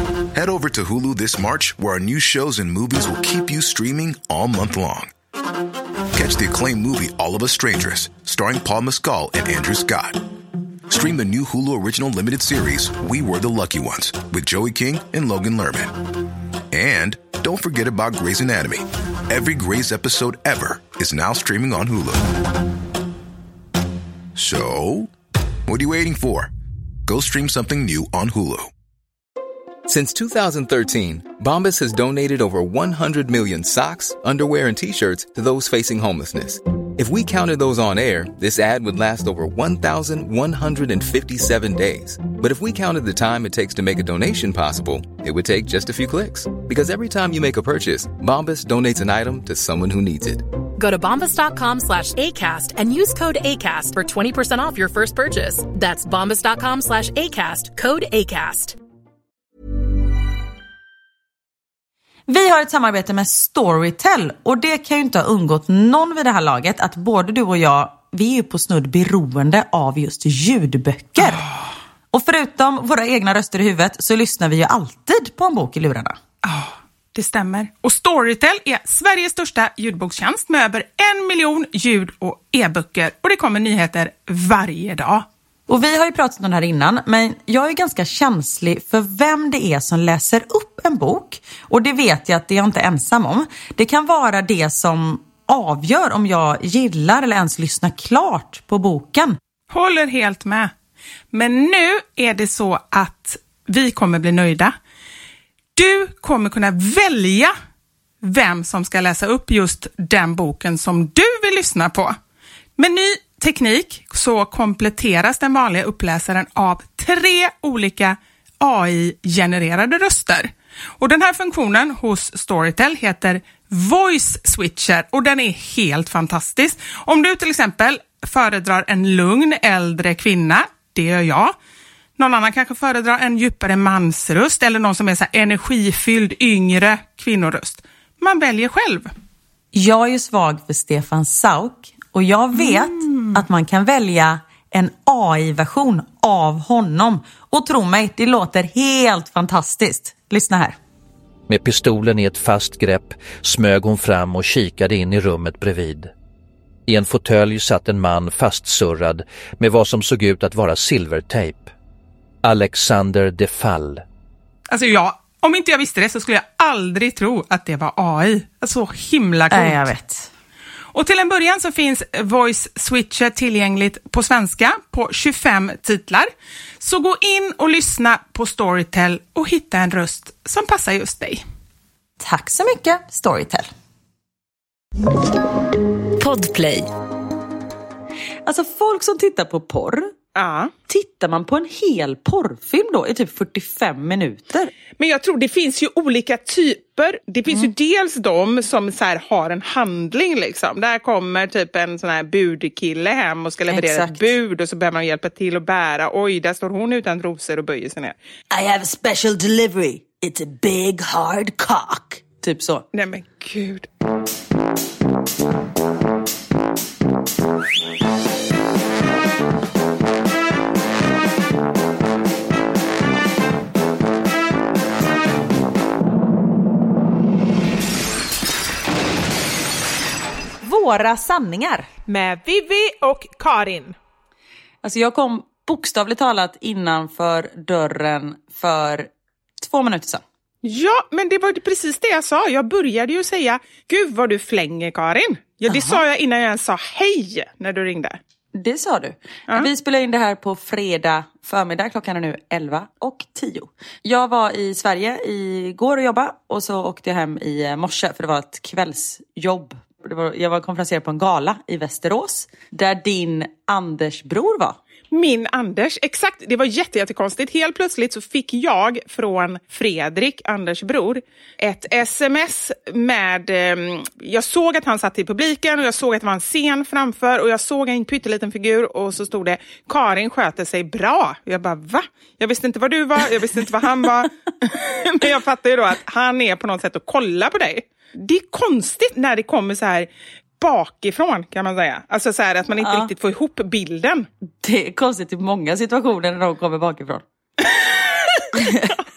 Head over to Hulu this March, where our new shows and movies will keep you streaming all month long. Catch the acclaimed movie All of Us Strangers, starring Paul Mescal and Andrew Scott. Stream the new Hulu original limited series We Were the Lucky Ones with Joey King and Logan Lerman. And don't forget about Grey's Anatomy. Every Grey's episode ever is now streaming on Hulu. So, what are you waiting for? Go stream something new on Hulu. Since 2013, Bombas has donated over 100 million socks, underwear, and T-shirts to those facing homelessness. If we counted those on air, this ad would last over 1,157 days. But if we counted the time it takes to make a donation possible, it would take just a few clicks. Because every time you make a purchase, Bombas donates an item to someone who needs it. Go to bombas.com/ACAST and use code ACAST for 20% off your first purchase. That's bombas.com/ACAST, code ACAST. Vi har ett samarbete med Storytel och det kan ju inte ha undgått någon vid det här laget att både du och jag, vi är ju på snudd beroende av just ljudböcker. Och förutom våra egna röster i huvudet så lyssnar vi ju alltid på en bok i lurarna. Det stämmer. Och Storytel är Sveriges största ljudbokstjänst med över 1 miljon ljud- och e-böcker. Och det kommer nyheter varje dag. Och vi har ju pratat om det här innan, men jag är ganska känslig för vem det är som läser upp en bok. Och det vet jag att det är jag inte ensam om. Det kan vara det som avgör om jag gillar eller ens lyssnar klart på boken. Håller helt med. Men nu är det så att vi kommer bli nöjda. Du kommer kunna välja vem som ska läsa upp just den boken som du vill lyssna på. Med ny teknik så kompletteras den vanliga uppläsaren av 3 olika AI-genererade röster. Och den här funktionen hos Storytel heter Voice Switcher och den är helt fantastisk. Om du till exempel föredrar en lugn äldre kvinna, det gör jag. Någon annan kanske föredrar en djupare mansröst eller någon som är så här energifylld yngre kvinnoröst. Man väljer själv. Jag är ju svag för Stefan Sauk och jag vet att man kan välja en AI-version av honom. Och tro mig, det låter helt fantastiskt. Lyssna här. Med pistolen i ett fast grepp smög hon fram och kikade in i rummet bredvid. I en fåtölj satt en man fastsurrad med vad som såg ut att vara silvertejp. Alexander de Fall. Alltså om inte jag visste det så skulle jag aldrig tro att det var AI. Så himla coolt. Jag vet. Och till en början så finns Voice Switcher tillgängligt på svenska på 25 titlar. Så gå in och lyssna på Storytel och hitta en röst som passar just dig. Tack så mycket, Storytel. Podplay. Alltså folk som tittar på porr. Ja. Tittar man på en hel porrfilm då i typ 45 minuter? Men jag tror det finns ju olika typer. Det finns ju dels de som så här har en handling liksom. Där kommer typ en sån här budkille hem och ska leverera ett bud och så behöver man hjälpa till att bära. Oj, där står hon utan trosor och böjer sig ner. I have a special delivery. It's a big hard cock. Typ så. Nej men gud. Våra sanningar. Med Vivi och Karin. Alltså jag kom bokstavligt talat innanför dörren för 2 minuter sedan. Ja, men det var precis det jag sa. Jag började ju säga, gud vad du flänger Karin. Ja, det sa jag innan jag ens sa hej när du ringde. Det sa du. Vi spelar in det här på fredag förmiddag. Klockan är nu 11:10. Jag var i Sverige igår och jobbade. Och så åkte jag hem i morse för det var ett kvällsjobb. Jag var konferenserad på en gala i Västerås. Där din Anders bror var. Min Anders, exakt. Det var jättekonstigt. Helt plötsligt så fick jag från Fredrik, Anders bror, ett sms med... jag såg att han satt i publiken och jag såg att det var en scen framför och jag såg en pytteliten figur och så stod det Karin sköter sig bra. Jag bara, va? Jag visste inte vad du var, jag visste inte vad han var. Men jag fattar ju då att han är på något sätt att kolla på dig. Det är konstigt när det kommer så här bakifrån kan man säga. Alltså så här att man inte riktigt får ihop bilden. Det är konstigt i många situationer när de kommer bakifrån.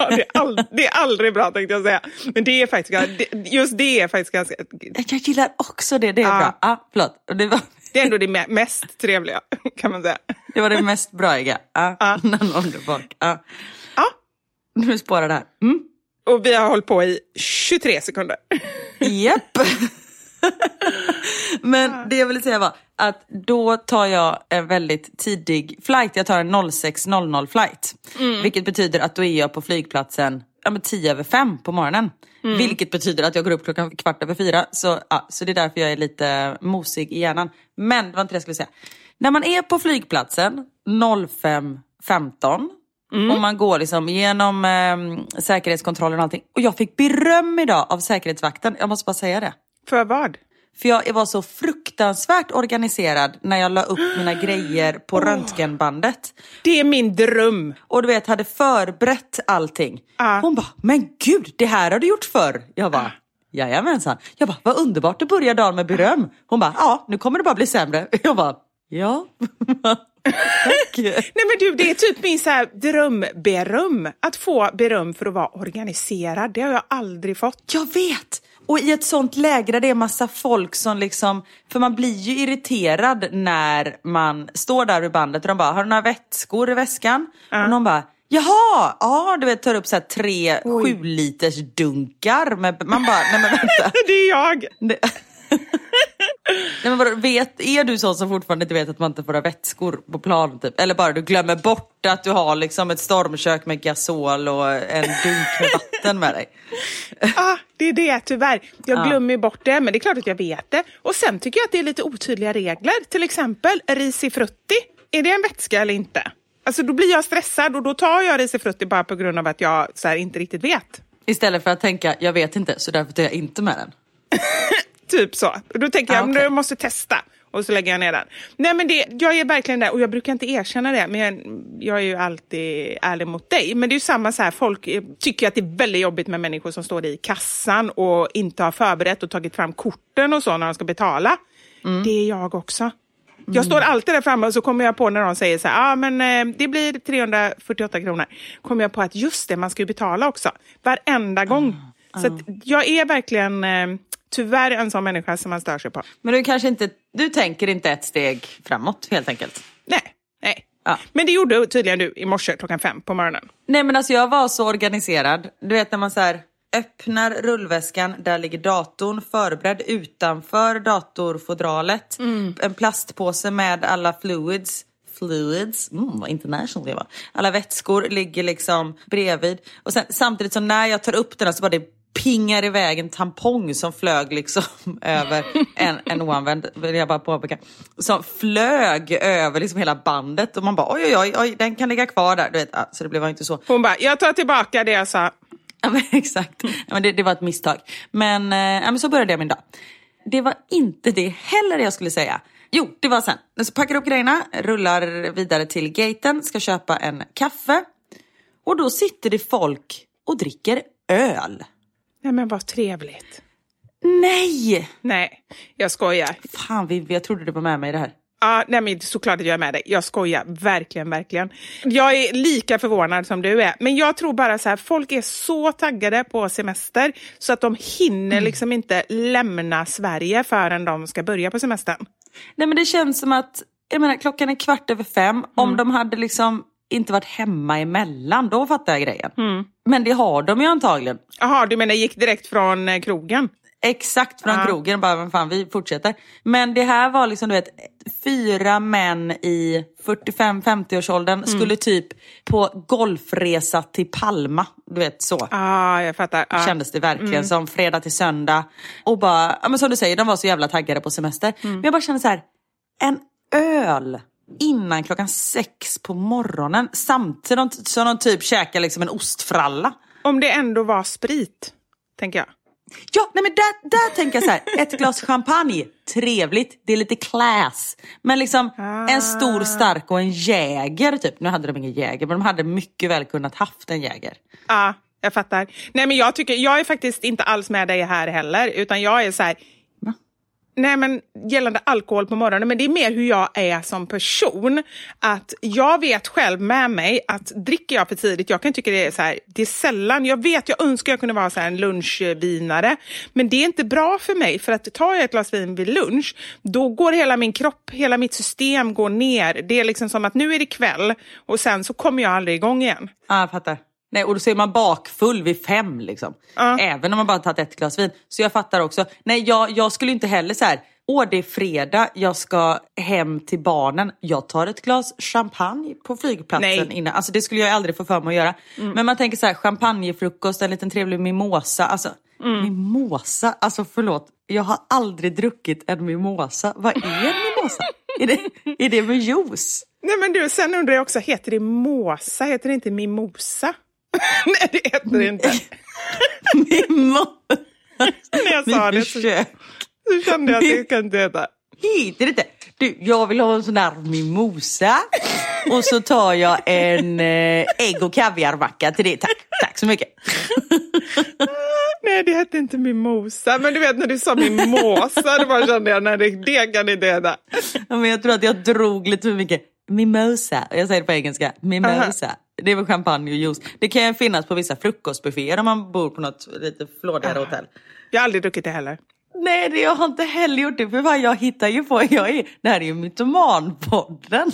det är aldrig bra, tänkte jag säga. Men det är faktiskt, just det är faktiskt ganska... Jag gillar också det, det är bra. Ja, förlåt. Det är ändå det mest trevliga, kan man säga. Det var det mest braiga. Underbart. Ja. Nu spårar det här. Och vi har hållit på i 23 sekunder. Japp. Men det jag ville säga var att då tar jag en väldigt tidig flight. Jag tar en 06:00 flight. Vilket betyder att då är jag på flygplatsen 5:10 på morgonen. Vilket betyder att jag går upp 4:15. Så det är därför jag är lite mosig i hjärnan. Men det var inte det jag skulle säga. När man är på flygplatsen 05:15 och man går liksom igenom säkerhetskontrollen och allting. Och jag fick beröm idag av säkerhetsvakten. Jag måste bara säga det. För vad? För jag var så fruktansvärt organiserad när jag la upp mina grejer på röntgenbandet. Det är min dröm. Och du vet, hade förberett allting. Hon bara, men gud, det här har du gjort förr. Jag bara, jajamensan. Jag bara, vad underbart att börja dagen med beröm. Hon bara, ja, nu kommer det bara bli sämre. Jag bara, ja. Tack. Nej men du, det är typ min så här drömberöm. Att få beröm för att vara organiserad. Det har jag aldrig fått. Jag vet. Och i ett sånt läge där det är massa folk som liksom... För man blir ju irriterad när man står där vid bandet och de bara, har du några vätskor i väskan? Och någon bara, jaha! Ja, du vet, tar upp så här 3 7-liters dunkar. Man bara, nej men vänta. Det är jag! Nej, men är du sån som fortfarande inte vet att man inte får ha vätskor på plan typ? Eller bara du glömmer bort att du har liksom ett stormkök med gasol och en dunk med vatten med dig? Det är det tyvärr. Jag glömmer bort det, men det är klart att jag vet det. Och sen tycker jag att det är lite otydliga regler. Till exempel risifrutti. Är det en vätska eller inte? Alltså då blir jag stressad och då tar jag risifrutti bara på grund av att jag så här, inte riktigt vet. Istället för att tänka, jag vet inte, så därför tar jag inte med den. Typ så. Då tänker jag, jag måste testa. Och så lägger jag ner den. Nej men jag är verkligen där. Och jag brukar inte erkänna det. Men jag är ju alltid ärlig mot dig. Men det är ju samma så här. Folk tycker att det är väldigt jobbigt med människor som står i kassan. Och inte har förberett och tagit fram korten och så när de ska betala. Det är jag också. Jag står alltid där framme och så kommer jag på när de säger så här. Men det blir 348 kronor. Kommer jag på att just det, man ska ju betala också. Varenda gång. Så att jag är verkligen... tyvärr en sån människa som man stör sig på. Men du tänker inte ett steg framåt helt enkelt? Nej. Ja. Men det gjorde tydligen du i morse 5:00 på morgonen. Nej men alltså jag var så organiserad. Du vet när man så här öppnar rullväskan, där ligger datorn förberedd utanför datorfodralet. En plastpåse med alla fluids, vad international det var. Alla vätskor ligger liksom bredvid. Och sen, samtidigt som när jag tar upp den så var det pingar iväg en tampong som flög liksom över en oanvänd, vill jag bara påpeka, som flög över liksom hela bandet och man bara oj, den kan ligga kvar där, du vet, så det blev inte så. Hon bara, jag tar tillbaka det jag sa. Ja men exakt, men det var ett misstag. Men så började jag min dag. Det var inte det heller jag skulle säga. Jo, det var sen. Så packar upp grejerna, rullar vidare till gaten, ska köpa en kaffe. Och då sitter det folk och dricker öl. Nej men vad trevligt. Nej, jag skojar. Fan, jag trodde du var med mig i det här. Ja, nej men såklart att jag är med dig. Jag skojar, verkligen. Jag är lika förvånad som du är. Men jag tror bara så här, folk är så taggade på semester så att de hinner liksom inte lämna Sverige förrän de ska börja på semestern. Nej men det känns som att, jag menar, klockan är 5:15. Om de hade liksom inte varit hemma emellan, då fattar jag grejen. Men det har de ju antagligen. Jaha, du menar gick direkt från krogen? Exakt, från krogen, bara men fan, vi fortsätter. Men det här var liksom, du vet, 4 män i 45-50-årsåldern skulle typ på golfresa till Palma, du vet så. Jag fattar. Kändes det verkligen som fredag till söndag. Och bara, men som du säger, de var så jävla taggade på semester. Men jag bara kände så här, en öl innan 6 på morgonen, samtidigt som de typ käkar liksom en ostfralla. Om det ändå var sprit, tänker jag. Ja, nej men där tänker jag så här, ett glas champagne, trevligt, det är lite class. Men liksom en stor stark och en jäger typ. Nu hade de ingen jäger, men de hade mycket väl kunnat haft en jäger. Ja, jag fattar. Nej men jag är faktiskt inte alls med dig här heller, utan jag är så här. Nej, men gällande alkohol på morgonen, men det är mer hur jag är som person. Att jag vet själv med mig att dricker jag för tidigt, jag kan tycka det är så här, det är sällan, jag önskar jag kunde vara så här en lunchvinare, men det är inte bra för mig, för att tar jag ett glas vin vid lunch, då går hela min kropp, hela mitt system går ner. Det är liksom som att nu är det kväll och sen så kommer jag aldrig igång igen. Ja, jag fattar. Nej, och då ser man bakfull vid 5 liksom. Även om man bara tagit ett glas vin. Så jag fattar också. Nej, jag skulle inte heller så här. Det är fredag, jag ska hem till barnen. Jag tar ett glas champagne på flygplatsen innan. Alltså det skulle jag aldrig få för mig att göra. Men man tänker så här, champagnefrukost, en liten trevlig mimosa. Alltså, mimosa, alltså förlåt. Jag har aldrig druckit en mimosa. Vad är en mimosa? Är det med juice? Nej, men du, sen undrar jag också, heter det måsa? Heter det inte mimosa? Nej, det heter det inte. När jag sa det så kände jag att det kan inte heta. Heter det inte? Du, jag vill ha en sån där mimosa. Och så tar jag en ägg- och kaviarmacka till det. Tack så mycket. Nej, det heter inte mimosa. Men du vet, när du sa mimosa, då bara kände jag, nej, det kan inte heta. Ja, men jag tror att jag drog lite för mycket. Mimosa. Jag säger det på engelska. Mimosa. Det är väl champagne och juice. Det kan ju finnas på vissa frukostbufféer om man bor på något lite flådigare hotell. Jag har aldrig druckit det heller. Nej, jag har inte heller gjort det. För vad jag hittar ju på. Det här är ju mytomanpodden.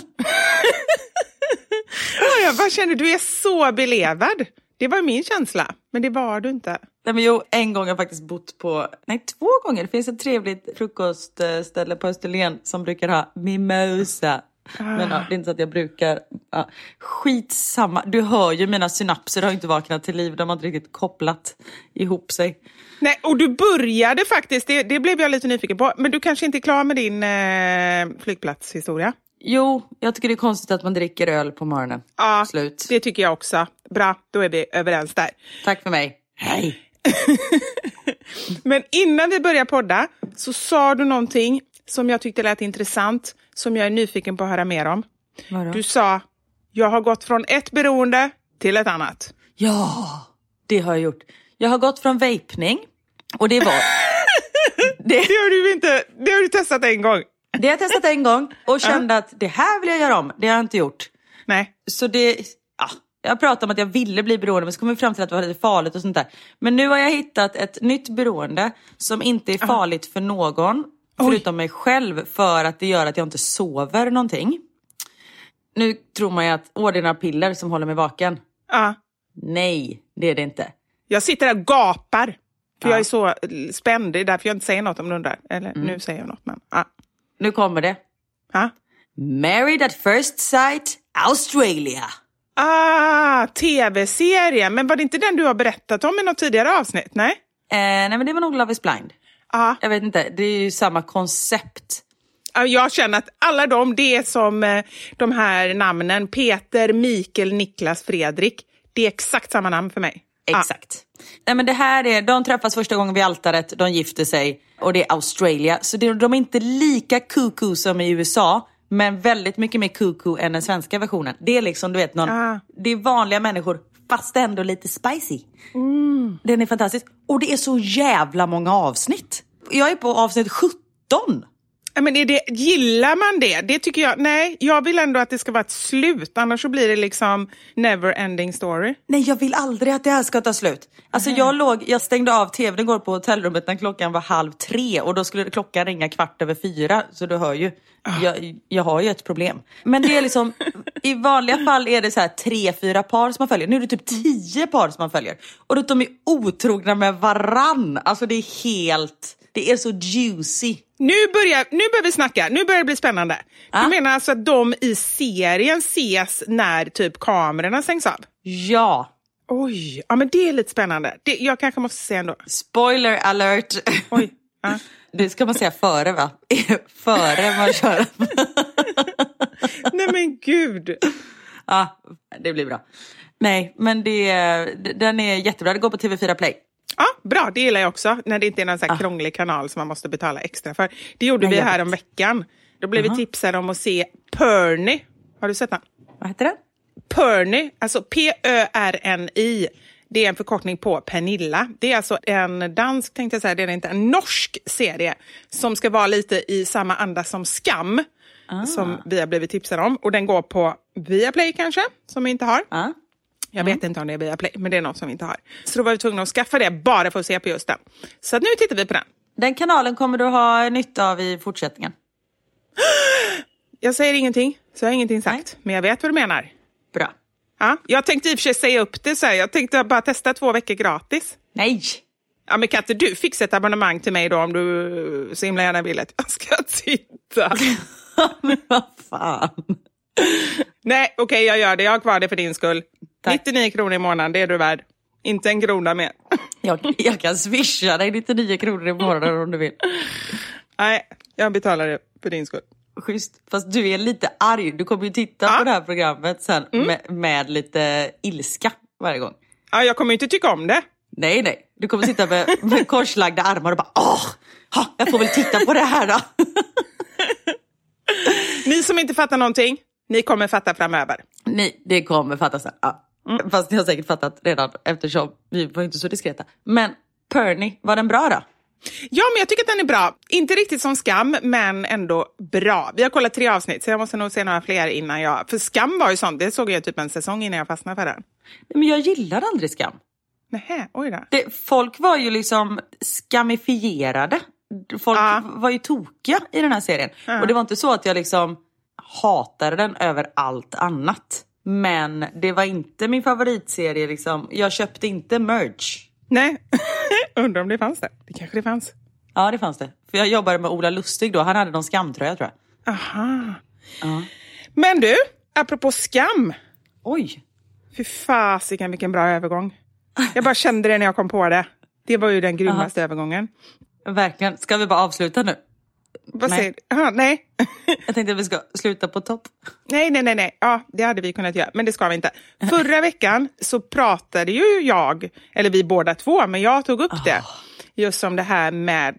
Jag bara känner, du är så belevad. Det var min känsla. Men det var du inte. Nej, men jo, en gång har jag faktiskt bott på... Nej, 2 gånger. Det finns ett trevligt frukostställe på Österlen som brukar ha mimosa. Men ja, det är inte så att jag brukar... Ja, skitsamma. Du hör ju, mina synapser har inte vaknat till liv. De har inte riktigt kopplat ihop sig. Nej, och du började faktiskt, det blev jag lite nyfiken på. Men du kanske inte är klar med din flygplatshistoria? Jo, jag tycker det är konstigt att man dricker öl på morgonen. Ja, slut. Det tycker jag också. Bra, då är vi överens där. Tack för mig. Hej! Men innan vi börjar podda så sa du någonting som jag tyckte lät intressant, som jag är nyfiken på att höra mer om. Vadå? Du sa, jag har gått från ett beroende till ett annat. Ja, det har jag gjort. Jag har gått från vapning och det var... Det har du testat en gång. Det har jag testat en gång och kände att det här vill jag göra om. Det har jag inte gjort. Nej. Så det... Ja, jag pratade om att jag ville bli beroende, men så kom vi fram till att det var lite farligt och sånt där. Men nu har jag hittat ett nytt beroende som inte är farligt för någon. Förutom mig själv, för att det gör att jag inte sover någonting. Nu tror man ju att det är några piller som håller mig vaken. Ja. Nej, det är det inte. Jag sitter där och gapar. För jag är så spänd. Det är därför jag inte säger något om det undrar. Eller nu säger jag något, men... Nu kommer det. Married at first sight, Australia. TV-serien. Men var det inte den du har berättat om i något tidigare avsnitt? Nej? Nej, men det var nog Love is blind. Jag vet inte, det är ju samma koncept. Jag känner att alla det är som de här namnen. Peter, Mikael, Niklas, Fredrik. Det är exakt samma namn för mig. Exakt. Nej, men det här är, de träffas första gången vid altaret, de gifter sig och det är Australia. Så de är inte lika cuckoo som i USA, men väldigt mycket mer cuckoo än den svenska versionen. Det är liksom, du vet, det är vanliga människor, fast ändå lite spicy. Den är fantastisk. Och det är så jävla många avsnitt. Jag är på avsnitt 17. Men gillar man det? Det tycker jag, nej, jag vill ändå att det ska vara ett slut. Annars så blir det liksom never ending story. Nej, jag vill aldrig att det här ska ta slut. Alltså jag stängde av tvn igår på hotellrummet när klockan var 2:30. Och då skulle klockan ringa 4:15. Så du hör ju, jag har ju ett problem. Men det är liksom, i vanliga fall är det så här 3-4 par som man följer. Nu är det typ 10 par som man följer. Och de är otrogna med varann. Alltså det är helt... Det är så juicy. Nu börjar vi snacka. Nu börjar det bli spännande. Du menar alltså att de i serien ses när typ kamerorna stängs av? Ja. Oj, ja men det är lite spännande. Jag kanske måste säga ändå. Spoiler alert. Oj. Det ska man säga före, va? Före man kör. Nej men gud. Ja, det blir bra. Nej, men den är jättebra. Det går på TV4 Play. Ja, bra. Det gillar jag också. När det inte är någon så här krånglig kanal som man måste betala extra för. Det gjorde vi här om veckan. Då blev vi tipsade om att se Pörny. Har du sett den? Vad heter den? Pörny, alltså P-Ö-R-N-I. Det är en förkortning på Pernilla. Det är alltså en dansk, tänkte jag säga, det är inte en norsk serie som ska vara lite i samma anda som Skam. Som vi har blivit tipsade om. Och den går på Viaplay kanske, som vi inte har. Jag vet inte om det är Viaplay, men det är något som vi inte har. Så då var vi tvungna att skaffa det bara för att se på just den. Så att nu tittar vi på den. Den kanalen kommer du ha nytta av i fortsättningen. Jag säger ingenting, så jag har ingenting sagt. Nej. Men jag vet vad du menar. Bra. Ja, jag tänkte i och för sig säga upp det så här. Jag tänkte bara testa 2 veckor gratis. Nej! Ja, men kan inte du fixa ett abonnemang till mig då om du så himla gärna vill att jag ska titta? Men vad fan? Nej, okej, jag gör det. Jag har kvar det för din skull. Tack. 99 kronor i månaden, det är du värd. Inte en krona mer. Jag kan swisha dig 99 kronor i månaden om du vill. Nej, jag betalar det för din skull. Schysst. Fast du är lite arg. Du kommer ju titta på det här programmet sen med lite ilska varje gång. Ja, jag kommer inte tycka om det. Nej. Du kommer sitta med korslagda armar och bara jag får väl titta på det här då. Ni som inte fattar någonting, ni kommer fatta framöver. Nej, det kommer fatta sen. Ja. Fast ni har säkert fattat redan eftersom vi var inte så diskreta. Men Pernie, var den bra då? Ja, men jag tycker att den är bra. Inte riktigt som Skam, men ändå bra. Vi har kollat 3 avsnitt, så jag måste nog se några fler innan jag... För Skam var ju sånt, det såg jag typ en säsong innan jag fastnade för den. Men jag gillar aldrig Skam. Nähä, oj då. Folk var ju liksom skamifierade. Folk var ju tokiga i den här serien. Och det var inte så att jag liksom hatade den över allt annat. Men det var inte min favoritserie liksom. Jag köpte inte merch. Nej, undrar om det fanns det. Det kanske det fanns. Ja, det fanns det. För jag jobbade med Ola Lustig då. Han hade någon skamtröja, tror jag. Aha. Men du, apropå Skam. Oj. Fy fasiken, vilken bra övergång. Jag bara kände det när jag kom på det. Det var ju den grymmaste övergången. Verkligen. Ska vi bara avsluta nu? Vad säger du? Nej. Jag tänkte att vi ska sluta på topp. Nej. Ja, det hade vi kunnat göra. Men det ska vi inte. Förra veckan så pratade ju jag, eller vi båda två, men jag tog upp det. Just om det här med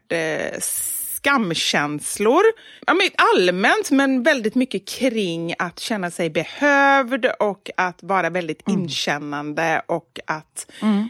skamkänslor. Ja, men allmänt, men väldigt mycket kring att känna sig behövd och att vara väldigt inkännande och att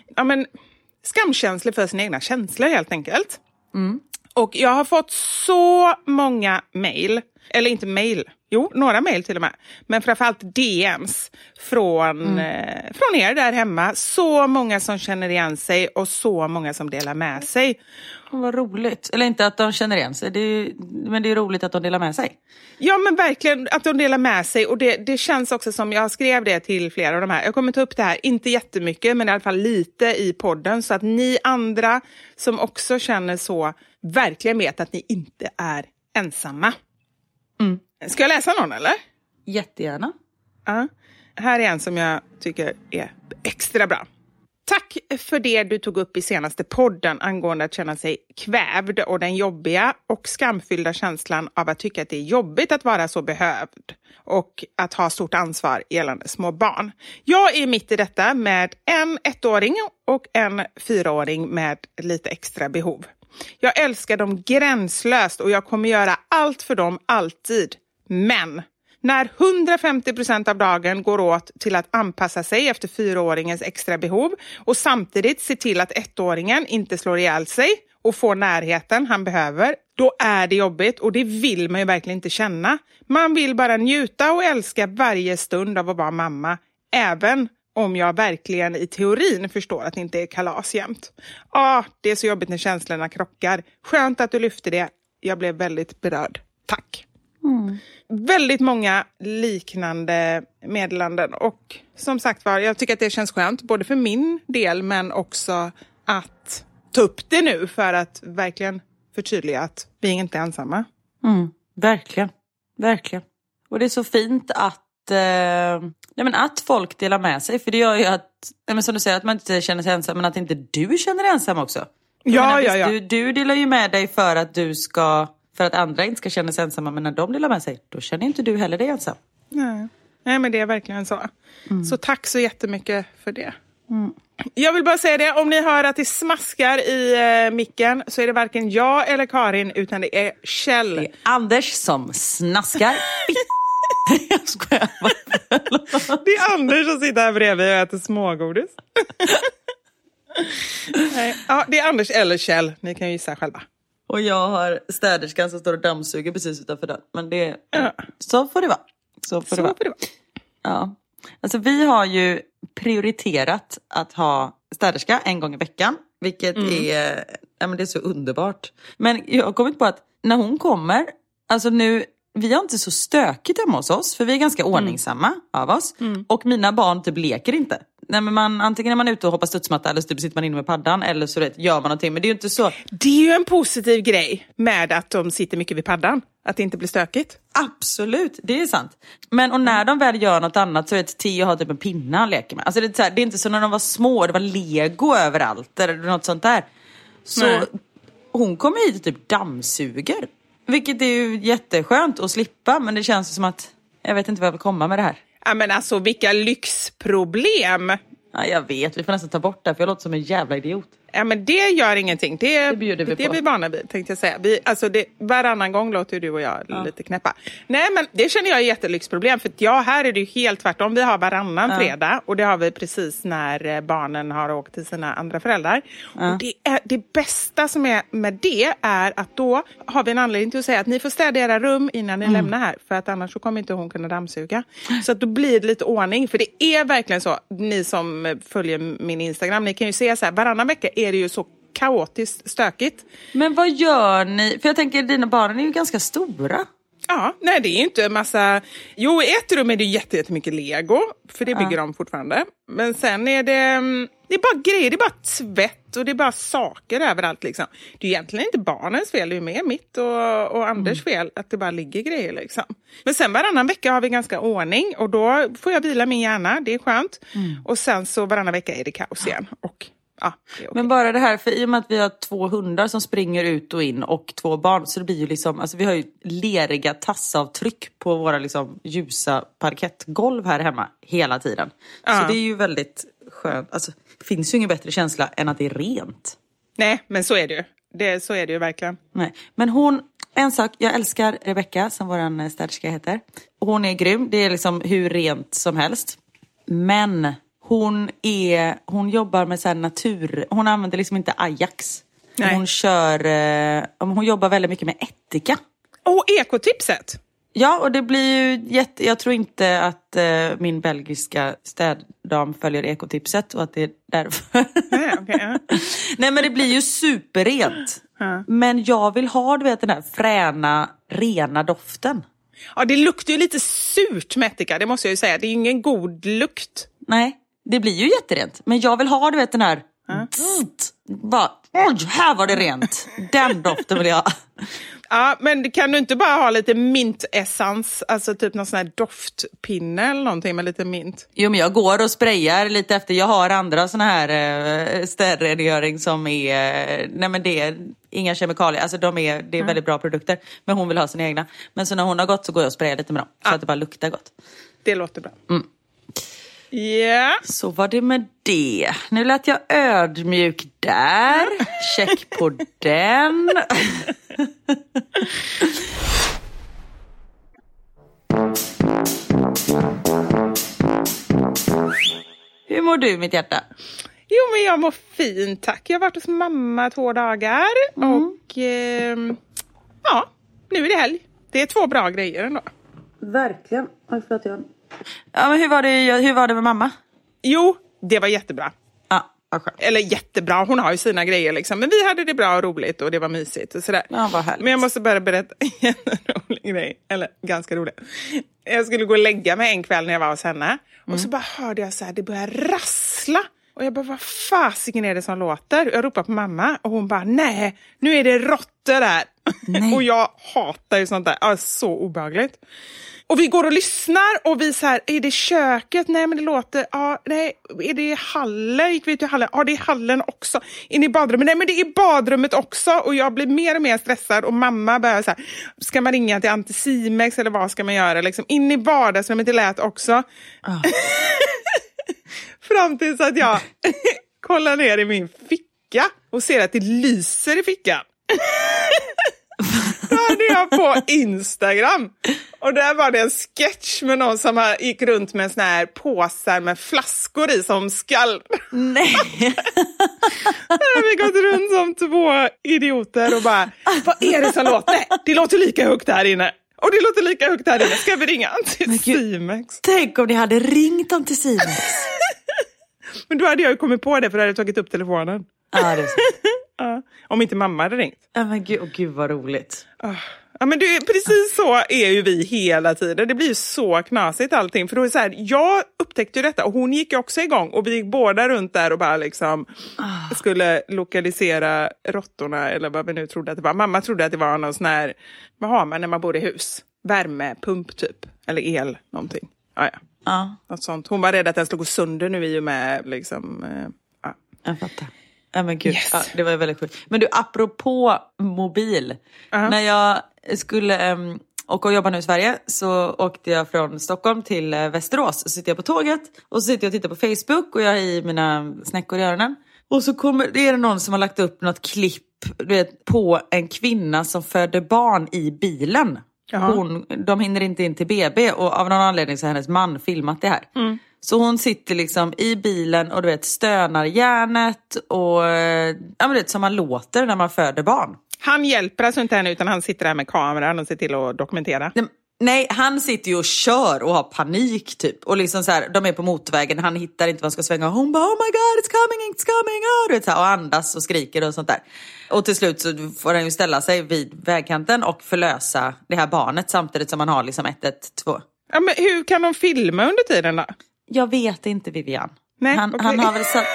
skamkänslor för sina egna känslor helt enkelt. Och jag har fått så många mejl, eller inte mejl, några mejl till och med, men framförallt DMs från er där hemma. Så många som känner igen sig och så många som delar med sig. Vad roligt. Eller inte att de känner igen sig, men det är roligt att de delar med sig. Ja, men verkligen att de delar med sig. Och det känns också som, jag skrev det till flera av de här. Jag kommer ta upp det här, inte jättemycket, men i alla fall lite i podden. Så att ni andra som också känner så, verkligen vet att ni inte är ensamma. Ska jag läsa någon, eller? Jättegärna. Ja. Här är en som jag tycker är extra bra. Tack för det du tog upp i senaste podden angående att känna sig kvävd och den jobbiga och skamfyllda känslan av att tycka att det är jobbigt att vara så behövd och att ha stort ansvar gällande små barn. Jag är mitt i detta med en 1-åring och en 4-åring med lite extra behov. Jag älskar dem gränslöst och jag kommer göra allt för dem alltid. Men när 150% av dagen går åt till att anpassa sig efter 4-åringens extra behov och samtidigt se till att 1-åringen inte slår ihjäl sig och får närheten han behöver, då är det jobbigt och det vill man ju verkligen inte känna. Man vill bara njuta och älska varje stund av att vara mamma, även om jag verkligen i teorin förstår att det inte är kalas jämt. Det är så jobbigt när känslorna krockar. Skönt att du lyfte det. Jag blev väldigt berörd. Tack. Väldigt många liknande meddelanden. Och som sagt var, jag tycker att det känns skönt. Både för min del, men också att ta upp det nu. För att verkligen förtydliga att vi inte är ensamma. Verkligen. Och det är så fint att att folk delar med sig. För det gör ju att, som du säger, att man inte känner sig ensam, men att inte du känner dig ensam också. Ja. Du delar ju med dig för att andra inte ska känna sig ensamma, men när de delar med sig, då känner inte du heller dig ensam. Nej, men det är verkligen så. Så tack så jättemycket för det. Jag vill bara säga det, om ni hör att det smaskar i micken så är det varken jag eller Karin, utan det är Kjell. Det är Anders som snaskar. Jag skojar. Det är Anders som sitter här bredvid och äter smågodis. Nej. Ja, det är Anders eller Kjell. Ni kan ju gissa själva. Och jag har städerskan som står och dammsuger precis utanför dörren. Men det, så får det vara. Så får det vara. Ja. Alltså vi har ju prioriterat att ha städerska en gång i veckan. Vilket är, ja, men det är så underbart. Men jag har kommit på att när hon kommer, alltså nu, vi har inte så stökigt hemma hos oss. För vi är ganska ordningsamma av oss. Och mina barn typ leker inte. Nej, men antingen är man ute och hoppar studsmatta eller så typ sitter man inne med paddan eller så gör man någonting. Men det är ju inte så. Det är ju en positiv grej med att de sitter mycket vid paddan. Att det inte blir stökigt. Absolut, det är sant. Men och när de väl gör något annat så är det Theo har typ en pinna han leker med. Alltså det är inte så när de var små, det var Lego överallt eller något sånt där. Så hon kommer hit och typ dammsuger. Vilket är ju jätteskönt att slippa, men det känns som att jag vet inte vad jag vill komma med det här. Ja, men alltså vilka lyxproblem. Ja, jag vet, vi får nästan ta bort det för jag låter som en jävla idiot. Ja, men det gör ingenting. Det bjuder vi på. Det är vi vana vid, tänkte jag säga. Varannan gång låter du och jag lite knäppa. Nej, men det känner jag är jättelyxproblem. För att här är det ju helt tvärtom. Vi har varannan fredag. Och det har vi precis när barnen har åkt till sina andra föräldrar. Och det bästa som är med det är att då har vi en anledning till att säga att ni får städa era rum innan ni lämnar här. För att annars så kommer inte hon kunna dammsuga. Så att då blir det lite ordning. För det är verkligen så, ni som följer min Instagram, ni kan ju se så här, varannan vecka är det ju så kaotiskt stökigt. Men vad gör ni? För jag tänker, dina barn är ju ganska stora. Ja, nej det är inte en massa. Jo, i ett rum är det jättemycket Lego. För det bygger de fortfarande. Men sen är det är bara grejer, det är bara tvätt och det är bara saker överallt liksom. Det är egentligen inte barnens fel, det är mer mitt och Anders fel att det bara ligger grejer liksom. Men sen varannan vecka har vi ganska ordning och då får jag vila min hjärna, det är skönt. Och sen så varannan vecka är det kaos igen och ja, det är okej. Men bara det här, för i och med att vi har 2 hundar som springer ut och in och 2 barn, så det blir ju liksom, alltså vi har ju leriga tassavtryck på våra liksom ljusa parkettgolv här hemma hela tiden. Så det är ju väldigt skönt, alltså det finns ju ingen bättre känsla än att det är rent. Nej, men så är det ju. Så är det ju verkligen. Nej, men en sak, jag älskar Rebecca som våran städerska heter. Hon är grym, det är liksom hur rent som helst. Men hon jobbar med så här natur. Hon använder liksom inte Ajax. Hon jobbar väldigt mycket med ättika. Och ekotipset. Ja, och det blir ju jag tror inte att min belgiska städdam följer ekotipset och att det är därför. Nej, men det blir ju superrent. Men jag vill ha, du vet, den här fräna, rena doften. Ja, det luktar ju lite surt med ättika, det måste jag ju säga. Det är ju ingen god lukt. Nej, det blir ju jätterent. Men jag vill ha, du vet, den här bara, oj, här var det rent. Den doften vill jag ha. Ja, men kan du inte bara ha lite mintessens, alltså typ någon sån här doftpinne eller någonting med lite mint? Jo, men jag går och sprayar lite efter. Jag har andra såna här städrengöring som är, nej men det är inga kemikalier, alltså det är väldigt bra produkter. Men hon vill ha sina egna. Men så när hon har gått så går jag och sprayar lite med dem. Så att det bara luktar gott. Det låter bra. Yeah. Så var det med det. Nu lät jag ödmjuk där. Check på den. Hur mår du, mitt hjärta? Jo, men jag mår fint, tack. Jag har varit hos mamma 2 dagar. Och ja, nu är det helg. Det är 2 bra grejer ändå. Verkligen. Ja, men hur var det med mamma? Jo, det var jättebra. Ja, okay. Eller jättebra, hon har ju sina grejer liksom. Men vi hade det bra och roligt och det var mysigt och sådär. Ja, vad härligt. Men jag måste bara berätta en rolig grej. Eller ganska rolig. Jag skulle gå och lägga mig en kväll när jag var hos henne. Och så bara hörde jag så här, det började rassla. Och jag bara, vad fasiken är det som låter? Jag ropar på mamma och hon bara, nej, nu är det råttor där. Och jag hatar ju sånt där, så obehagligt. Och vi går och lyssnar och vi så här, är det köket? Nej, men det låter, nej, är det hallen? Gick vi till hallen? Ja, det är hallen också. Är det i badrummet? Nej, men det är badrummet också. Och jag blir mer och mer stressad och mamma börjar så här, ska man ringa till Anticimex eller vad ska man göra? Liksom, in i vardagsrummet, det lät också. Fram tills att jag kollar ner i min ficka och ser att det lyser i fickan. Då hade jag på Instagram. Och där var det en sketch med någon som gick runt med såna här påsar med flaskor i som skall. Nej. två idioter och bara, vad är det som låter? Nej, det låter lika högt här inne. Och det låter lika högt här inne. Ska vi ringa Anticimex? Tänk om ni hade ringt Anticimex. Men då hade jag ju kommit på det, för jag hade tagit upp telefonen. Ja, det är så. Ja, om inte mamma hade ringt. Ja, men gud vad roligt. Ja, men precis så är ju vi hela tiden. Det blir ju så knasigt allting. För då är det så här, jag upptäckte ju detta och hon gick ju också igång. Och vi gick båda runt där och bara liksom skulle lokalisera råttorna, eller vad vi nu trodde att det var. Mamma trodde att det var någon sån här, vad har man när man bor i hus? Värmepump typ. Eller el, någonting. Ja. Något sånt. Hon var rädd att den skulle gå sönder nu i och med liksom... Jag fattar. Ja, men gud. Yes. Ja, det var väldigt sjukt. Men du, apropå mobil. När jag skulle åka och jobba nu i Sverige så åkte jag från Stockholm till Västerås. Så sitter jag på tåget och så sitter jag och tittar på Facebook och jag har i mina snäckor i öronen. Och så är det någon som har lagt upp något klipp på en kvinna som föder barn i bilen. De hinner inte in till BB och av någon anledning så har hennes man filmat det här. Så hon sitter liksom i bilen och stönar hjärnet och som man låter när man föder barn. Han hjälper alltså inte henne, utan han sitter där med kameran och ser till att dokumentera. Nej, han sitter ju och kör och har panik typ. Och liksom så här, de är på motorvägen, han hittar inte vad han ska svänga. Hon bara, oh my god, it's coming. Och andas och skriker och sånt där. Och till slut så får han ju ställa sig vid vägkanten och förlösa det här barnet samtidigt som han har liksom 112. Ja, men hur kan de filma under tiden då? Jag vet inte, Vivian. Nej, han har väl satt...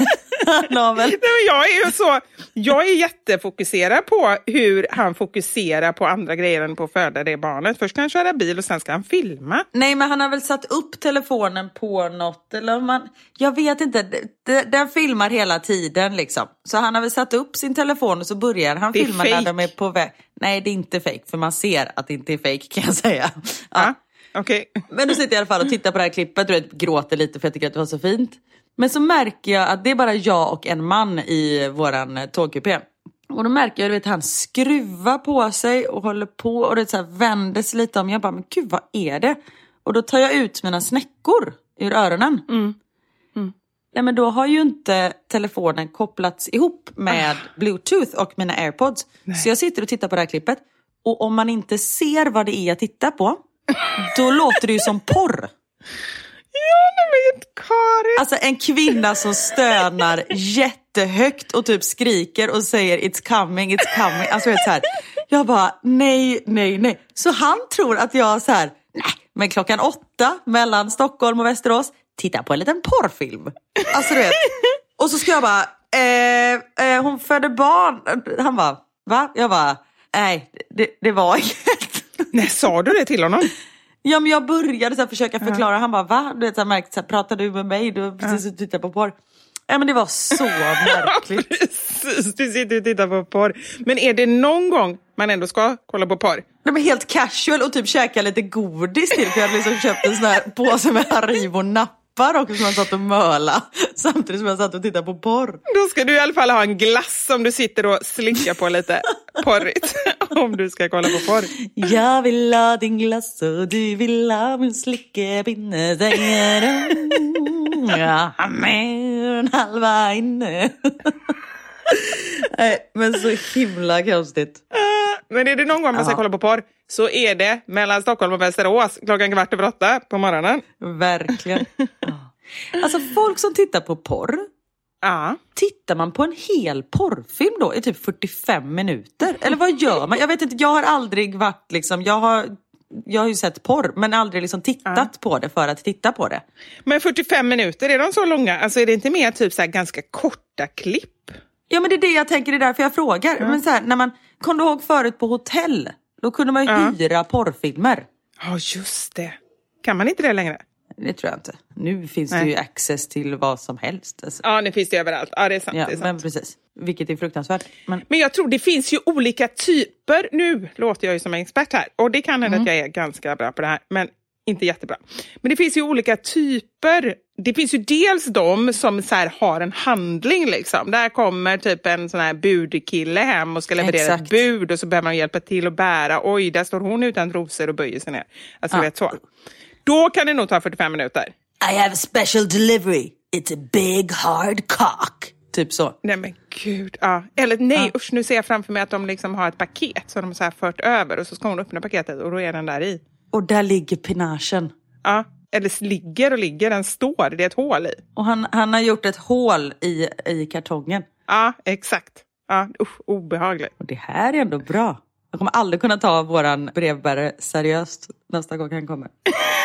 Nej, men jag är jättefokuserad på hur han fokuserar på andra grejer än på att föda det barnet. Först ska han köra bil och sen ska han filma. Nej, men han har väl satt upp telefonen på något. Eller jag vet inte. Den filmar hela tiden liksom. Så han har väl satt upp sin telefon och så börjar han filma när de är på väg. Nej, det är inte fake, för man ser att det inte är fake, kan jag säga. Ja. Okay. Men då sitter jag i alla fall och tittar på det här klippet. Gråter lite för jag tycker att det var så fint. Men så märker jag att det är bara jag och en man i våran tågkupé. Och då märker jag att han skruvar på sig och håller på och det så här vänder sig lite om. Jag bara, men gud, vad är det? Och då tar jag ut mina snäckor ur öronen. Nej, men då har ju inte telefonen kopplats ihop med Bluetooth och mina AirPods. Nej. Så jag sitter och tittar på det här klippet. Och om man inte ser vad det är jag tittar på, då låter det ju som porr. Ja, det vet Karin. Alltså en kvinna som stönar jättehögt och typ skriker och säger it's coming. Alltså så här. Jag bara, nej. Så han tror att jag så här, nej, men 8:00 mellan Stockholm och Västerås, titta på en liten porrfilm. Alltså du vet. Och så ska jag bara, hon födde barn. Han bara, va? Jag bara, nej, det var inget. Nej, sa du det till honom? Ja, men jag började så här försöka förklara. Han bara, va? Du vet, så här, märkt, så här, pratar du med mig? Du har precis tittat på porr. Ja, men det var så märkligt. Precis, du sitter och tittar på porr. Men är det någon gång man ändå ska kolla på porr? De är helt casual och typ käka lite godis till. För jag hade liksom köpt en sån här påse med Haribo nappar och som jag satt och möla. Samtidigt som jag satt och tittade på porr. Då ska du i alla fall ha en glass som du sitter och slickar på lite porrigt. Om du ska kolla på porr. Jag vill ha din glass och du vill ha min slickepinne. Ja, men halva inne. Nej, men så himla konstigt. Men är det någon gång man ska kolla på porr, så är det mellan Stockholm och Västerås 7:15 på morgonen. Verkligen. Alltså folk som tittar på porr. Tittar man på en hel porrfilm då i typ 45 minuter? Eller vad gör man? Jag vet inte, jag har aldrig varit liksom, jag har ju sett porr men aldrig liksom tittat på det för att titta på det. Men 45 minuter, är de så långa? Alltså är det inte mer typ så här ganska korta klipp? Ja, men det är det jag tänker, det är därför jag frågar. Men så här, när man kom ihåg förut på hotell, då kunde man ju hyra porrfilmer. Ja, just det. Kan man inte det längre? Det tror jag inte. Nu finns det ju access till vad som helst. Alltså. Ja, nu finns det överallt. Ja, det är sant. Ja, det är sant. Men precis. Vilket är fruktansvärt. Men jag tror det finns ju olika typer. Nu låter jag ju som en expert här. Och det kan hända att jag är ganska bra på det här. Men inte jättebra. Men det finns ju olika typer. Det finns ju dels de som så här har en handling liksom. Där kommer typ en sån här budkille hem och ska leverera ett bud. Och så behöver man hjälpa till att bära. Oj, där står hon utan trosor och böjer sig ner. Alltså vet så. Då kan det nog ta 45 minuter. I have a special delivery. It's a big hard cock. Typ så. Nej men gud. Ja. Eller nej, usch, nu ser jag framför mig att de liksom har ett paket som de så här fört över och så ska hon öppna paketet och då är den där i. Och där ligger pinachen. Ja, eller ligger, den står, det är ett hål i. Och han har gjort ett hål i kartongen. Ja, exakt. Ja, usch, obehagligt. Och det här är ändå bra. Jag kommer aldrig kunna ta våran brevbärare seriöst nästa gång han kommer.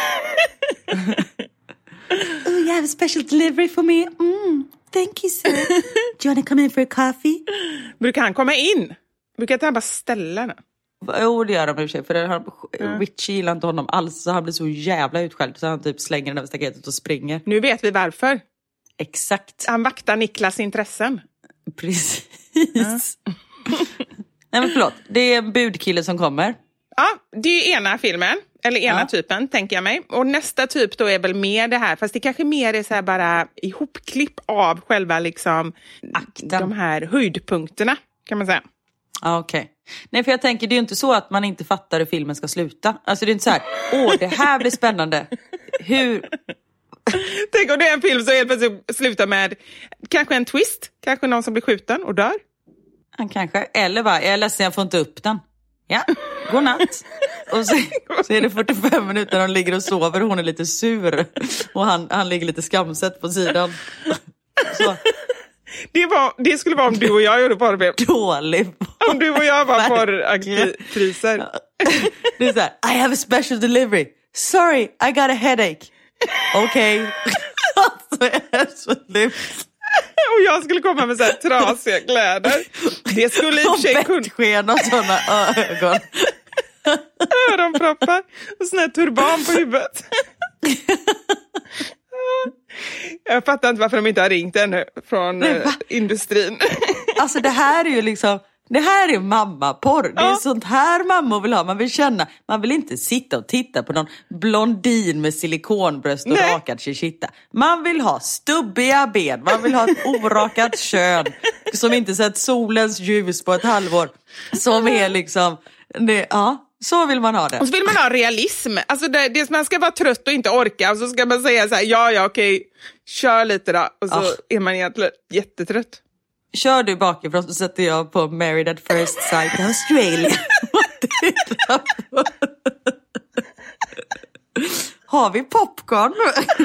Oh, you have a special delivery for me. Thank you, sir. Do you want to come in for a coffee? Brukar han komma in? Brukar inte han bara ställa den? Jo, det gör de i och för sig. För Richie gillar inte honom alls. Så han blir så jävla utskälld. Så han typ slänger den över staketet och springer. Nu vet vi varför. Exakt. Han vaktar Niklas intressen. Precis. Nej men förlåt. Det är en budkille som kommer. Ja, det är ena filmen. Eller ena typen, tänker jag mig. Och nästa typ då är väl mer det här. Fast det kanske mer är så här bara ihopklipp av själva liksom akten. De här höjdpunkterna, kan man säga. Ja, okej. Nej, för jag tänker, det är ju inte så att man inte fattar hur filmen ska sluta. Alltså det är inte så här, det här blir spännande. Hur... Tänk om det är en film som helt plötsligt slutar med kanske en twist. Kanske någon som blir skjuten och dör. Han kanske. Eller va, jag är ledsen, jag får inte upp den. Ja, god natt. Och så är det 45 minuter de ligger och sover. Hon är lite sur. Och han ligger lite skamset på sidan. Så. Det skulle vara om du och jag gjorde porrfilm. Dålig. Om du och jag var porraktriser. Det är så här, I have a special delivery. Sorry, I got a headache. Okej. Och jag skulle komma med så här trasiga kläder. Det skulle i och för sig kunna... Bettsken och sådana ögon. Öronproppar och sån här turban på huvudet. Jag fattar inte varför de inte har ringt ännu från industrin. Alltså det här är ju liksom... Det här är mammaporr. Det är sånt här mamma vill ha. Man vill känna, man vill inte sitta och titta på någon blondin med silikonbröst och rakad chichitta. Man vill ha stubbiga ben. Man vill ha ett orakat kön som inte sett solens ljus på ett halvår. Som är liksom, så vill man ha det. Och så vill man ha realism. Alltså det man ska vara trött och inte orka. Och så ska man säga så här, okej, kör lite då. Och så är man egentligen jättetrött. Kör du bakifrån så sätter jag på Married at First Sight i Australia. Har vi popcorn?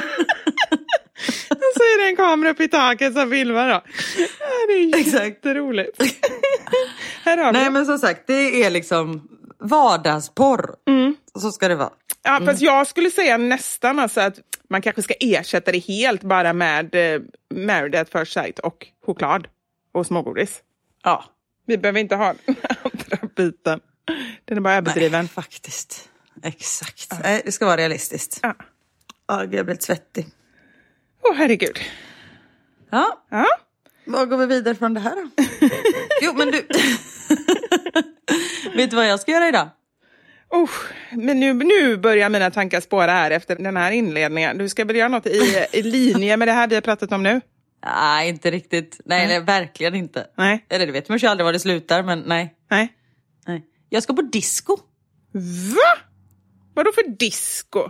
Och så är det en kamera på taket som filmar då. Det är jätteroligt. Här har vi. Nej men som sagt, det är liksom vardagsporr. Så ska det vara. Ja, fast jag skulle säga nästan alltså att man kanske ska ersätta det helt bara med Married at First Sight och choklad. Och smågodis. Ja. Vi behöver inte ha den andra biten. Den är bara överdriven. Nej, faktiskt. Exakt. Ja. Nej, det ska vara realistiskt. Ja. Jag blir svettig. Herregud. Ja. Vad går vi vidare från det här då? Jo, men du... Vet du vad jag ska göra idag? Men nu börjar mina tankar spåra här efter den här inledningen. Du ska väl göra något i linje med det här vi har pratat om nu? Nej, inte riktigt. Nej, verkligen inte. Nej. Eller det vet man ju aldrig var det slutar, men nej. Nej. Jag ska på disco. Va? Vadå för disco?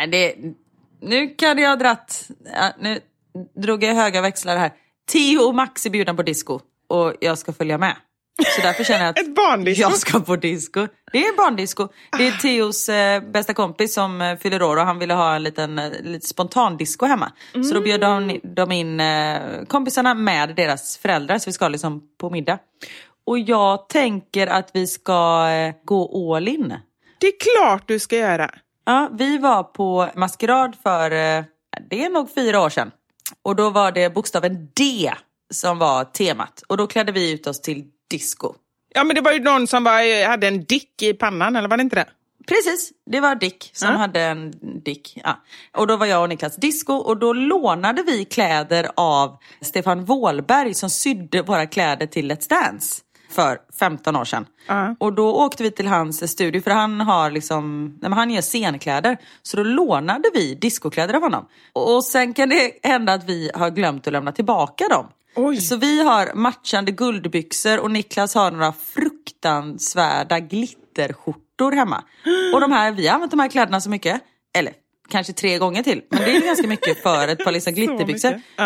Nu kan jag ha dratt... nu drog jag höga växlar här. Theo och Max är bjudna på disco. Och jag ska följa med. Så därför känner jag att ett barndisco. Jag ska på disco. Det är barndisco. Det är Theos bästa kompis som fyller år och han ville ha en lite spontan disco hemma. Så då bjöd de in kompisarna med deras föräldrar så vi ska liksom på middag. Och jag tänker att vi ska gå all in. Det är klart du ska göra. Ja, vi var på maskerad för, det är nog 4 år sedan. Och då var det bokstaven D som var temat. Och då klädde vi ut oss till disco. Ja, men det var ju någon som hade en dick i pannan, eller var det inte det? Precis, det var Dick som hade en dick. Ja. Och då var jag och Niklas disco och då lånade vi kläder av Stefan Wåhlberg som sydde våra kläder till Let's Dance för 15 år sedan. Och då åkte vi till hans studio för han har liksom, han gör scenkläder. Så då lånade vi discokläder av honom. Och sen kan det hända att vi har glömt att lämna tillbaka dem. Oj. Så vi har matchande guldbyxor och Niklas har några fruktansvärda glitterskjortor hemma. Och vi har använt de här kläderna så mycket. Eller kanske 3 gånger till. Men det är ganska mycket för ett par liksom glitterbyxor.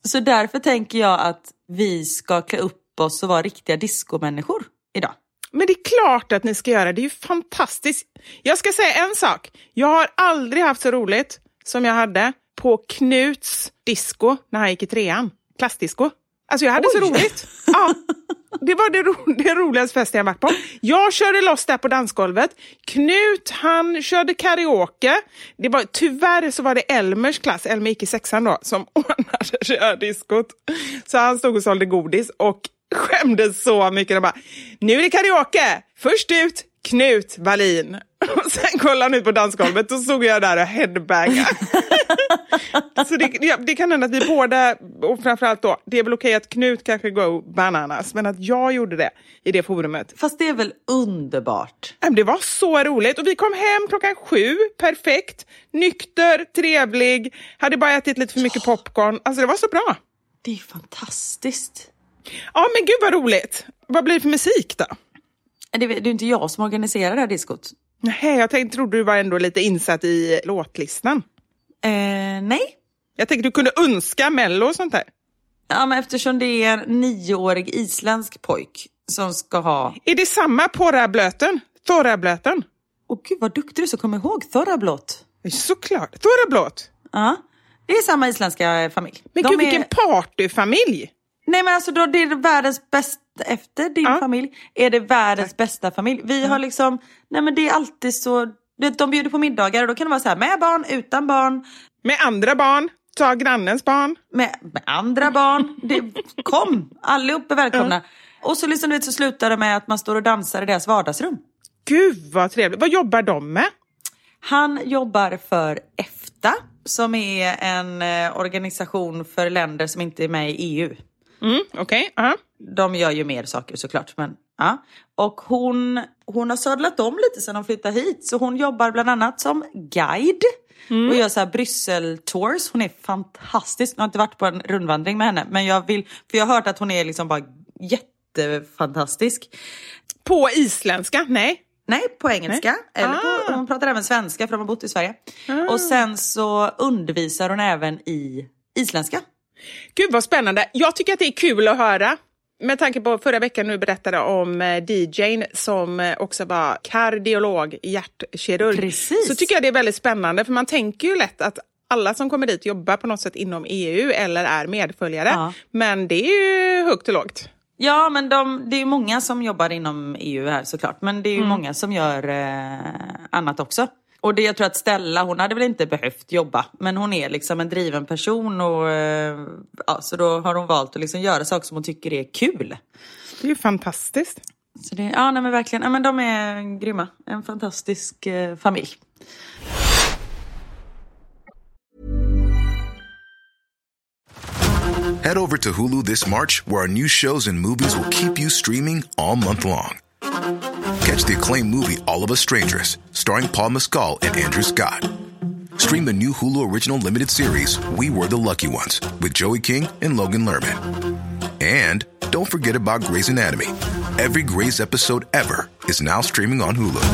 Så därför tänker jag att vi ska klä upp oss och vara riktiga diskomänniskor idag. Men det är klart att ni ska göra. Det är ju fantastiskt. Jag ska säga en sak. Jag har aldrig haft så roligt som jag hade på Knuts disco när han gick i 3:an. Klassdisco. Alltså jag hade så roligt. Ja, det var det roligaste festen jag varit på. Jag körde loss där på dansgolvet. Knut, han körde karaoke. Tyvärr så var det Elmers klass. Elmer gick i 6:an då, som ordnade kördiskot. Så han stod och sålde godis och skämdes så mycket. De bara, nu är det karaoke. Först ut, Knut Wallin. Och sen kollade han ut på dansgolvet och såg jag där och headbangade. Så det kan hända att vi båda, och framförallt då, det är väl okej att Knut kanske går bananas, men att jag gjorde det i det forumet. Fast det är väl underbart? Det var så roligt och vi kom hem 7:00, perfekt, nykter, trevlig, hade bara ätit lite för mycket popcorn. Alltså det var så bra. Det är fantastiskt. Ja men gud vad roligt. Vad blir det för musik då? Det är inte jag som organiserar det här diskot. Nej, jag trodde du var ändå lite insatt i låtlistan. Nej. Jag tänkte du kunde önska Mello och sånt där. Ja, men eftersom det är en 9-årig isländsk pojk som ska ha... Är det samma Porrablöten? Thorrablöten? Åh gud, vad duktig du så kommer ihåg. Thorrablåt. Såklart. Thorrablåt. Ja, det är samma isländska familj. Men gud, vilken partyfamilj. Nej, men alltså då, det är världens bästa, efter din familj, är det världens bästa familj. Vi har liksom, nej men det är alltid så, de bjuder på middagar och då kan det vara så här, med barn, utan barn. Med andra barn, ta grannens barn. Med andra barn, kom, allihop är välkomna. Och så liksom, så slutar det med att man står och dansar i deras vardagsrum. Gud vad trevligt, vad jobbar de med? Han jobbar för EFTA, som är en organisation för länder som inte är med i EU. Okej. De gör ju mer saker såklart. Men, ja. Och hon har sadlat om lite sedan de flyttade hit. Så hon jobbar bland annat som guide. Och gör så här Bryssel-tours. Hon är fantastisk. Jag har inte varit på en rundvandring med henne. Men för jag har hört att hon är liksom bara jättefantastisk. På isländska? Nej, på engelska. Eller hon pratar även svenska för de har bott i Sverige. Och sen så undervisar hon även i isländska. Gud vad spännande. Jag tycker att det är kul att höra. Med tanke på förra veckan nu berättade om DJ:n som också var kardiolog, hjärtkirurg. Precis. Så tycker jag det är väldigt spännande. För man tänker ju lätt att alla som kommer dit jobbar på något sätt inom EU eller är medföljare. Ja. Men det är ju högt och lågt. Ja, men det är ju många som jobbar inom EU här såklart. Men det är ju många som gör annat också. Och jag tror att Stella, hon hade väl inte behövt jobba. Men hon är liksom en driven person. Och, så då har hon valt att liksom göra saker som hon tycker är kul. Det är ju fantastiskt. Så det, nej men verkligen. Ja, men de är grymma. En fantastisk familj. Head over to Hulu this March, where our new shows and movies will keep you streaming all month long. Catch the acclaimed movie All of Us Strangers, starring Paul Mescal and Andrew Scott. Stream the new Hulu original limited series We Were the Lucky Ones with Joey King and Logan Lerman. And don't forget about Grey's Anatomy. Every Grey's episode ever is now streaming on Hulu.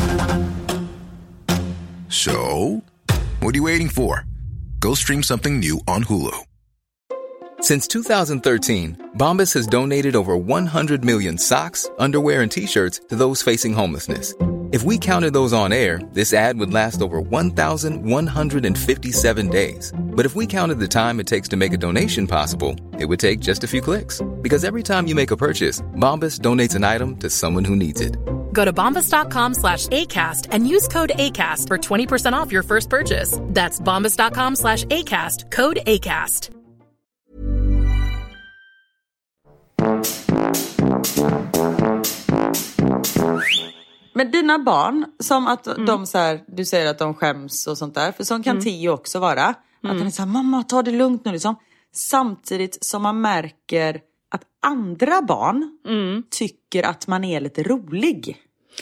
So, what are you waiting for? Go stream something new on Hulu. Since 2013, Bombas has donated over 100 million socks, underwear, and T-shirts to those facing homelessness. If we counted those on air, this ad would last over 1,157 days. But if we counted the time it takes to make a donation possible, it would take just a few clicks. Because every time you make a purchase, Bombas donates an item to someone who needs it. Go to bombas.com/ACAST and use code ACAST for 20% off your first purchase. That's bombas.com/ACAST, code ACAST. Men dina barn, som att de så här, du säger att de skäms och sånt där. För sånt kan Theo också vara. Att han är så här, mamma ta det lugnt nu liksom. Samtidigt som man märker att andra barn tycker att man är lite rolig.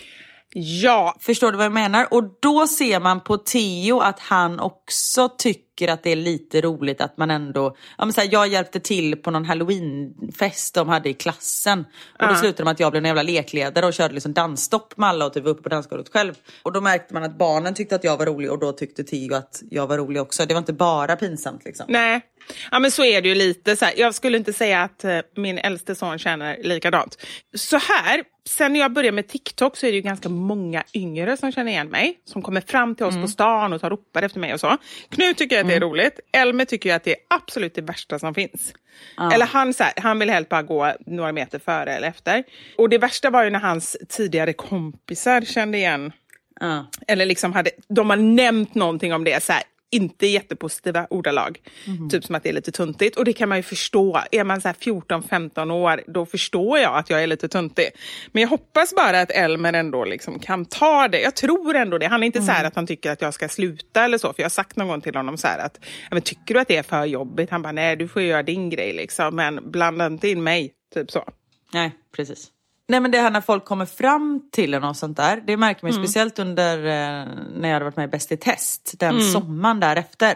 Ja. Förstår du vad jag menar? Och då ser man på Theo att han också tycker tycker att det är lite roligt att man ändå... Ja, men så här, jag hjälpte till på någon Halloweenfest de hade i klassen. Och då slutade de med att jag blev en jävla lekledare och körde liksom dansstopp med alla och typ var uppe på dansgolvet själv. Och då märkte man att barnen tyckte att jag var rolig och då tyckte Theo att jag var rolig också. Det var inte bara pinsamt liksom. Nej. Ja, men så är det ju lite så här. Jag skulle inte säga att min äldste son känner likadant. Så här, sen när jag började med TikTok så är det ju ganska många yngre som känner igen mig. Som kommer fram till oss på stan och tar ropar efter mig och så. Knut tycker att det är roligt. Elmer tycker att det är absolut det värsta som finns. Eller han vill helt bara gå några meter före eller efter. Och det värsta var ju när hans tidigare kompisar kände igen. Eller liksom de har nämnt någonting om det så här. Inte jättepositiva ordalag. Typ som att det är lite tuntigt. Och det kan man ju förstå. Är man så här 14-15 år, då förstår jag att jag är lite tuntig. Men jag hoppas bara att Elmer ändå liksom kan ta det. Jag tror ändå det. Han är inte så här att han tycker att jag ska sluta eller så. För jag har sagt någon gång till honom så här att, men tycker du att det är för jobbigt? Han bara, nej du får göra din grej liksom. Men blanda inte in mig. Typ så. Nej, precis. Nej, men det här när folk kommer fram till en och sånt där, det märker man speciellt under när jag hade varit med i Bäst i test, den sommaren därefter.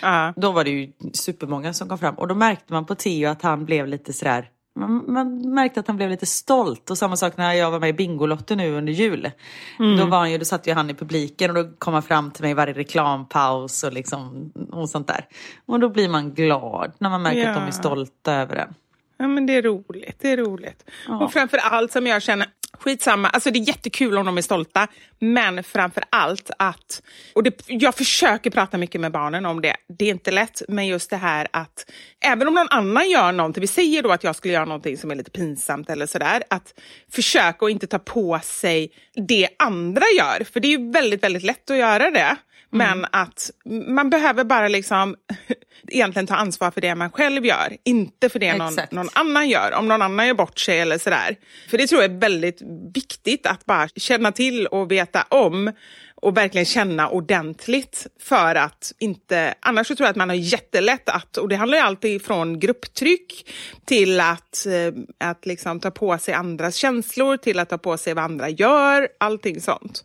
Då var det ju supermånga som kom fram och då märkte man på Theo att han blev lite sådär, man märkte att han blev lite stolt. Och samma sak när jag var med i Bingolotten nu under jul. Då satt ju han i publiken och då kom han fram till mig i varje reklampaus och liksom och sånt där. Och då blir man glad när man märker att de är stolta över den. Ja, men det är roligt. Ja. Och framför allt som jag känner, skitsamma, alltså det är jättekul om de är stolta, men framför allt att, och jag försöker prata mycket med barnen om det, det är inte lätt, men just det här att även om någon annan gör någonting, vi säger då att jag skulle göra någonting som är lite pinsamt eller sådär, att försöka att inte ta på sig det andra gör, för det är ju väldigt, väldigt lätt att göra det. Men att man behöver bara liksom egentligen ta ansvar för det man själv gör. Inte för det någon annan gör. Om någon annan gör bort sig eller sådär. För det tror jag är väldigt viktigt att bara känna till och veta om. Och verkligen känna ordentligt för att inte... Annars så tror jag att man har jättelätt att... Och det handlar ju alltid från grupptryck till att liksom ta på sig andras känslor. Till att ta på sig vad andra gör. Allting sånt.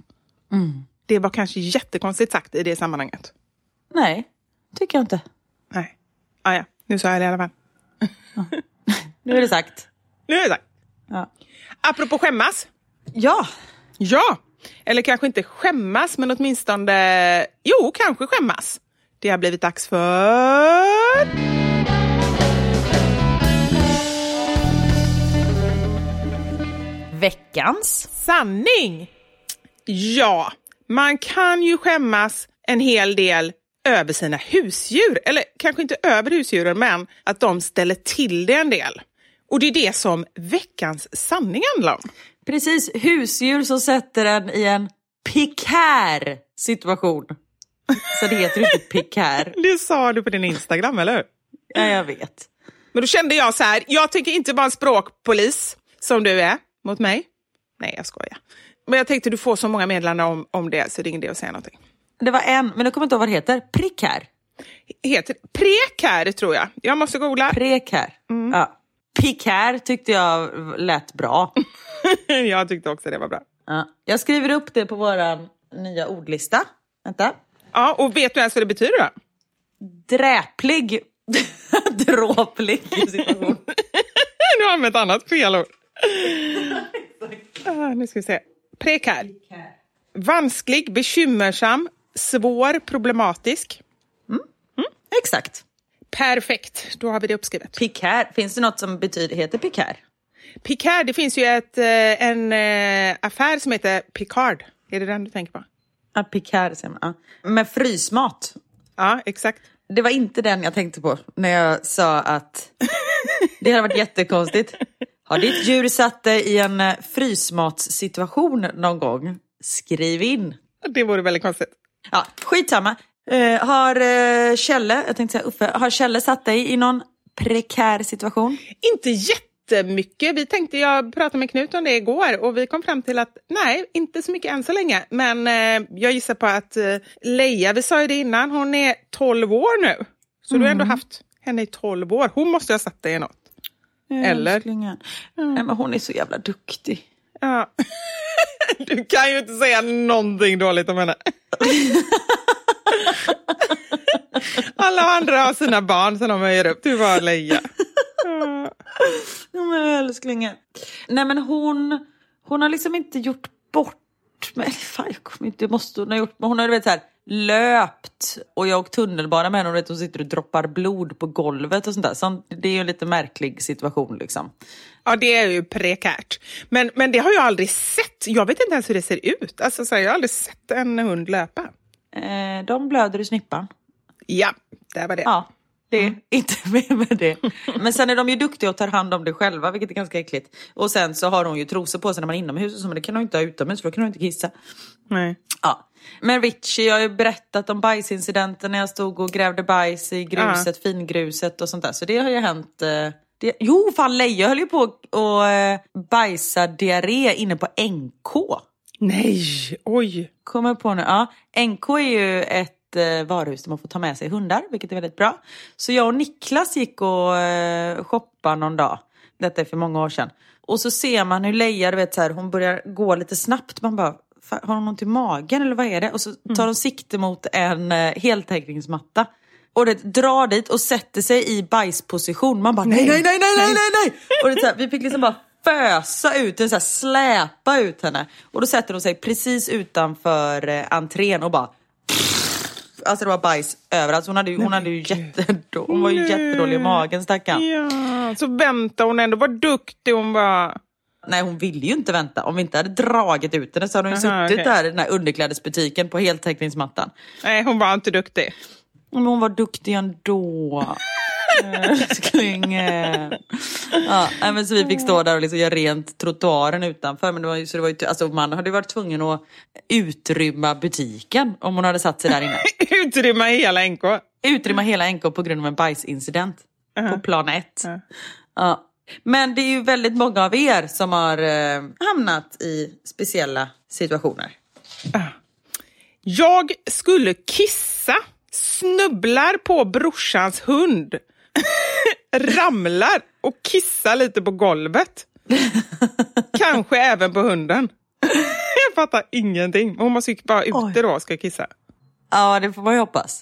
Det var kanske jättekonstigt sagt i det sammanhanget. Nej, tycker jag inte. Nej. Ja, nu sa jag det i alla fall. Nu är det sagt. Ja. Apropå skämmas. Ja. Eller kanske inte skämmas, men åtminstone... Jo, kanske skämmas. Det har blivit dags för... Veckans sanning. Ja, man kan ju skämmas en hel del över sina husdjur. Eller kanske inte över husdjuren, men att de ställer till det en del. Och det är det som veckans sanning handlar om. Precis, husdjur som sätter en i en pikär situation. Så det heter inte pikär. Det sa du på din Instagram, eller? Ja, jag vet. Men då kände jag så här, jag tänker inte vara en språkpolis som du är mot mig. Nej, jag skojar. Men jag tänkte du får så många meddelanden om det, så det är ingen idé att säga någonting. Det var en, men jag kommer inte ihåg vad det heter. Prekär. Heter prekär, tror jag. Jag måste googla. Prekär. Ja. Pikär tyckte jag lät bra. Jag tyckte också det var bra. Ja. Jag skriver upp det på våran nya ordlista. Vänta. Ja, och vet du ens vad det betyder då? Dräplig. Dråplig situation. Du har använt ett annat felord. Nu ska vi se. Prekär. Vansklig, bekymmersam, svår, problematisk. Exakt. Perfekt, då har vi det uppskrivet. Pikär, finns det något som heter pikär? Pikär, det finns ju en affär som heter Picard. Är det den du tänker på? Ja, pikär säger man. Ja. Med frysmat. Ja, exakt. Det var inte den jag tänkte på när jag sa att det hade varit jättekonstigt. Har ditt djur satt dig i en frysmatssituation någon gång? Skriv in. Det vore väldigt konstigt. Ja, skitsamma. Har Kjelle, jag tänkte säga Uffe, har Kjelle satt dig i någon prekär situation? Inte jättemycket. Jag pratade med Knut om det igår och vi kom fram till att nej, inte så mycket än så länge. Men jag gissar på att Leia, vi sa ju det innan, hon är 12 år nu. Så du har ändå haft henne i 12 år. Hon måste ha satt dig i något. Eller? Nej, men hon är så jävla duktig. Ja. Du kan ju inte säga någonting dåligt om henne. Alla andra har sina barn som de höjer upp. Du var Leia. Men älsklingen. Nej, men hon har liksom inte gjort bort. Men fan, jag kommer inte, hon ha gjort. Men hon har, vet, så här, löpt. Och jag åkt tunnelbana med henne. Och vet, hon sitter och droppar blod på golvet och sånt där. Så det är ju en lite märklig situation liksom. Ja, det är ju prekärt. Men det har jag aldrig sett. Jag vet inte ens hur det ser ut. Alltså, så jag har aldrig sett en hund löpa. De blöder i snippan. Ja, det var det. Ja, det är inte mer med det. Men sen är de ju duktiga och tar hand om det själva, vilket är ganska äckligt. Och sen så har hon ju trosor på sig när man är inomhus. Men det kan hon inte ha utomhus, för då kan hon inte kissa. Nej. Ja. Men Richie, jag har ju berättat om bajsincidenten när jag stod och grävde bajs i gruset, fingruset och sånt där. Så det har ju hänt... Jo, fan, Leia höll ju på att bajsa diarré inne på NK. Nej, oj. Kommer på nu. Ja, NK är ju ett varuhus där man får ta med sig hundar, vilket är väldigt bra. Så jag och Niklas gick och shoppade någon dag. Detta är för många år sedan. Och så ser man hur Leia, du vet så här, hon börjar gå lite snabbt. Man bara, har hon något i magen eller vad är det? Och så tar hon sikte mot en heltäckningsmatta. Och det drar dit och sätter sig i bajsposition. Man bara, nej. Och det så här, vi fick liksom bara fösa ut den, så här, släpa ut henne. Och då sätter hon sig precis utanför entrén och bara... Alltså det var bajs överallt. Hon var ju jättedålig i magen, stackarn. Ja, så väntade hon ändå. Vad duktig hon var. Nej, hon ville ju inte vänta. Om vi inte hade dragit ut henne så hade hon ju suttit där i den här underklädesbutiken på heltäckningsmattan. Nej, hon var inte duktig. Men hon var duktig ändå. Ja, men så vi fick stå där och liksom göra rent trottoaren utanför. Men det var ju, alltså man hade varit tvungen att utrymma butiken om hon hade satt sig där inne. Utrymma hela NK. Utrymma hela NK på grund av en bajsincident på plan 1. Ja. Men det är ju väldigt många av er som har hamnat i speciella situationer. Jag skulle kissa, snubblar på brorsans hund, ramlar och kissar lite på golvet. Kanske även på hunden. Jag fattar ingenting. Hon måste ju bara ute då och ska kissa. Ja, det får man ju hoppas.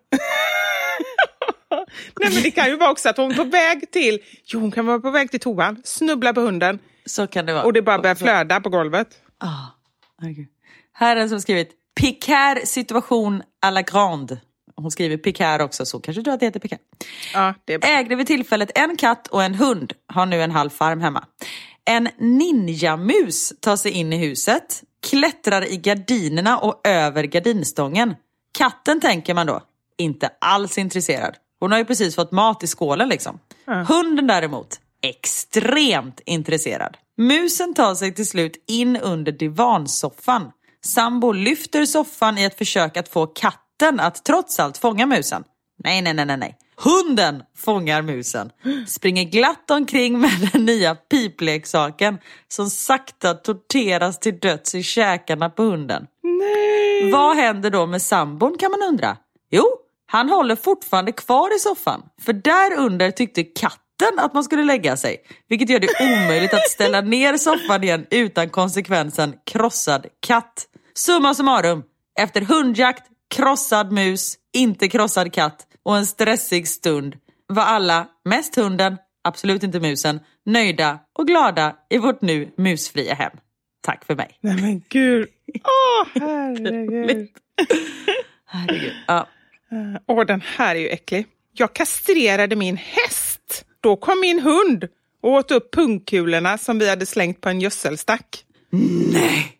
Nej, men det kan ju vara också att hon är på väg till... Jo, hon kan vara på väg till toan, snubbla på hunden. Så kan det vara. Och det bara börjar flöda på golvet. Här är en som skrivit Picard situation à la grande. Hon skriver Picard också, så kanske du att det heter Picard. Ja, det är bra. Ägde vid tillfället en katt och en hund. Har nu en halv farm hemma. En ninjamus tar sig in i huset. Klättrar i gardinerna och över gardinstången. Katten tänker man då. Inte alls intresserad. Hon har ju precis fått mat i skålen liksom. Hunden däremot, extremt intresserad. Musen tar sig till slut in under divansoffan. Sambo lyfter soffan i ett försök att få katten att trots allt fånga musen. Nej. Hunden fångar musen. Springer glatt omkring med den nya pipleksaken som sakta torteras till döds i käkarna på hunden. Nej. Vad händer då med sambon, kan man undra? Jo, han håller fortfarande kvar i soffan. För där under tyckte katten att man skulle lägga sig. Vilket gör det omöjligt att ställa ner soffan igen utan konsekvensen krossad katt. Summa summarum, efter hundjakt, krossad mus, inte krossad katt och en stressig stund var alla, mest hunden, absolut inte musen, nöjda och glada i vårt nu musfria hem. Tack för mig. Nej men gud. Herregud. Herregud, ja. Den här är ju äcklig. Jag kastrerade min häst. Då kom min hund och åt upp pungkulorna som vi hade slängt på en gödselstack. Nej.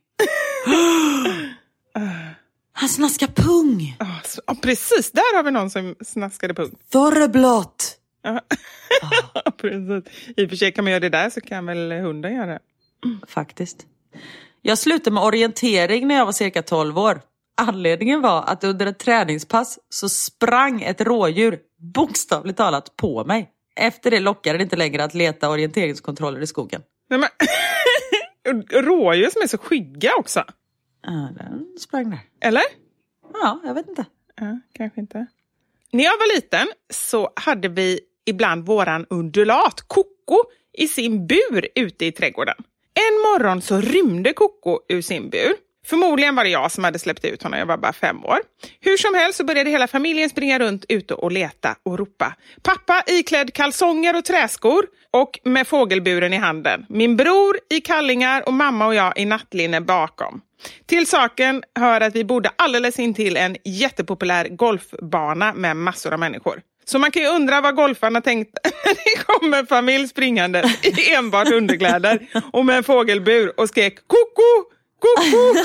Han snaskar pung. Ja, precis. Där har vi någon som snaskade pung. Torrblått. Precis. I och för sig kan man göra det där, så kan väl hunden göra det. Faktiskt. Jag slutade med orientering när jag var cirka 12 år. Anledningen var att under ett träningspass så sprang ett rådjur bokstavligt talat på mig. Efter det lockade det inte längre att leta orienteringskontroller i skogen. Nej, men rådjur som är så skygga också. Ja, den sprang där. Eller? Ja, jag vet inte. Ja, kanske inte. När jag var liten så hade vi ibland våran undulat, Koko, i sin bur ute i trädgården. En morgon så rymde Koko ur sin bur. Förmodligen var det jag som hade släppt ut honom, jag var bara 5 år. Hur som helst så började hela familjen springa runt ute och leta och ropa. Pappa iklädd kalsonger och träskor och med fågelburen i handen. Min bror i kallingar och mamma och jag i nattlinne bakom. Till saken hör att vi bodde alldeles intill en jättepopulär golfbana med massor av människor. Så man kan ju undra vad golfarna tänkte när det kom en familj springande i enbart underkläder och med en fågelbur och skrek koko, koko.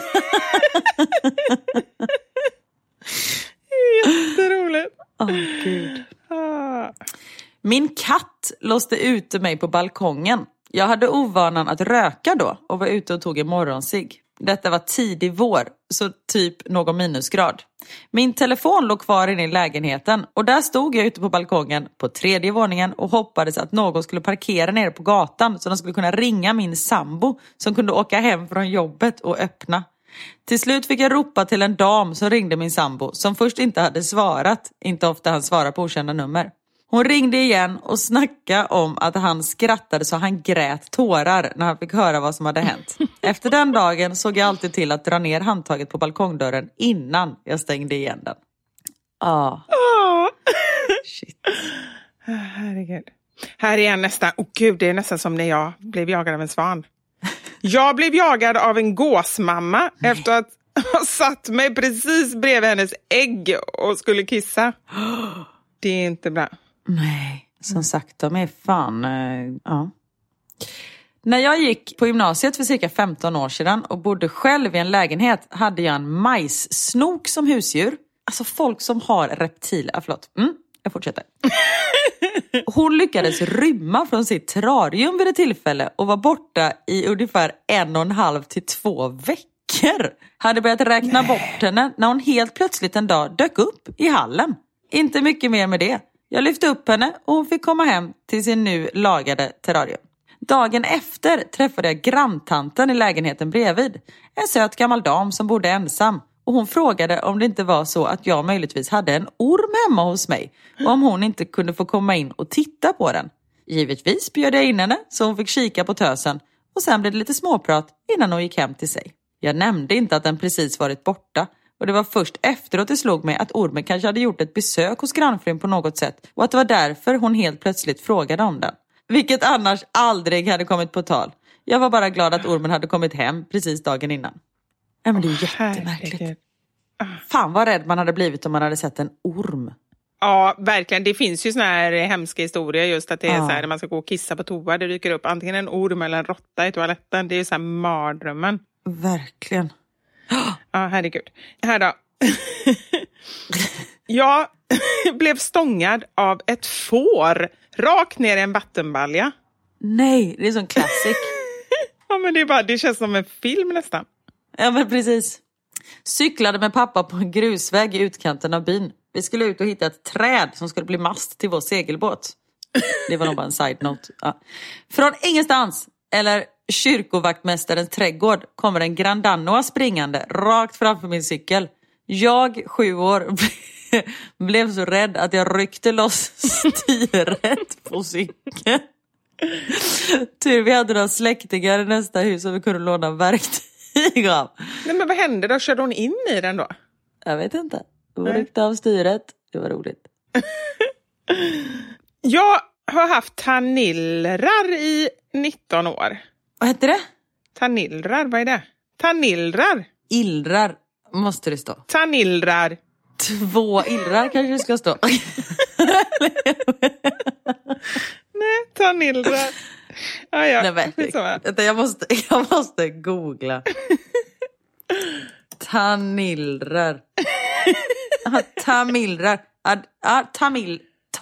Jätteroligt. Gud. Min katt låste ute mig på balkongen. Jag hade ovanan att röka då och var ute och tog en morgonsig. Detta var tidig vår, så typ någon minusgrad. Min telefon låg kvar inne i lägenheten och där stod jag ute på balkongen på 3:e våningen och hoppades att någon skulle parkera nere på gatan så de skulle kunna ringa min sambo som kunde åka hem från jobbet och öppna. Till slut fick jag ropa till en dam som ringde min sambo som först inte hade svarat, inte ofta han svarar på okända nummer. Hon ringde igen och snackade om att han skrattade så han grät tårar när han fick höra vad som hade hänt. Efter den dagen såg jag alltid till att dra ner handtaget på balkongdörren innan jag stängde igen den. Shit. Herregud. Här är nästan, gud, det är nästan som när jag blev jagad av en svan. Jag blev jagad av en gåsmamma efter att ha satt mig precis bredvid hennes ägg och skulle kissa. Det är inte bra. Nej, som sagt, de är fan... ja. När jag gick på gymnasiet för cirka 15 år sedan och bodde själv i en lägenhet hade jag en majssnok som husdjur. Alltså folk som har reptiler. Förlåt, jag fortsätter. Hon lyckades rymma från sitt terrarium vid ett tillfälle och var borta i ungefär 1,5 till 2 veckor. Hade börjat räkna bort henne när hon helt plötsligt en dag dök upp i hallen. Inte mycket mer med det. Jag lyfte upp henne och hon fick komma hem till sin nu lagade terrarium. Dagen efter träffade jag granntanten i lägenheten bredvid. En söt gammal dam som bodde ensam. Och hon frågade om det inte var så att jag möjligtvis hade en orm hemma hos mig. Och om hon inte kunde få komma in och titta på den. Givetvis bjöd jag in henne så hon fick kika på tösen. Och sen blev det lite småprat innan hon gick hem till sig. Jag nämnde inte att den precis varit borta. Och det var först efteråt det slog mig att ormen kanske hade gjort ett besök hos grannfrun på något sätt. Och att det var därför hon helt plötsligt frågade om den. Vilket annars aldrig hade kommit på tal. Jag var bara glad att ormen hade kommit hem precis dagen innan. Ja, men det är jättemärkligt. Fan vad rädd man hade blivit om man hade sett en orm. Ja, verkligen. Det finns ju såna här hemska historier just att det är så här när man ska gå och kissa på toa. Det dyker upp antingen en orm eller en råtta i toaletten. Det är ju så här mardrömmen. Verkligen. Ja, herregud. Här då. Jag blev stångad av ett får rakt ner i en vattenbalja. Nej, det är sån classic. Ja, men det känns som en film nästan. Ja, men precis. Cyklade med pappa på en grusväg i utkanten av byn. Vi skulle ut och hitta ett träd som skulle bli mast till vår segelbåt. Det var nog bara en side note. Ja. Från ingenstans, eller kyrkovaktmästarens trädgård, kommer en Grandanoa springande rakt framför min cykel. Jag, 7 år, blev så rädd att jag ryckte loss styret på cykeln. Tur vi hade några släktingar i nästa hus som vi kunde låna verktyg av. Nej, men vad hände då? Körde hon in i den då? Jag vet inte. Hon ryckte av styret. Det var roligt. Jag har haft tanillrar i 19 år. Vad heter det? Tanillrar, vad är det? Tanillrar. Illrar måste det stå. Tanillrar. 2 illrar kanske det ska stå. Nej, tanillrar. Ja. Nej, jag måste googla. Tanillrar. Tamillrar. Tamil.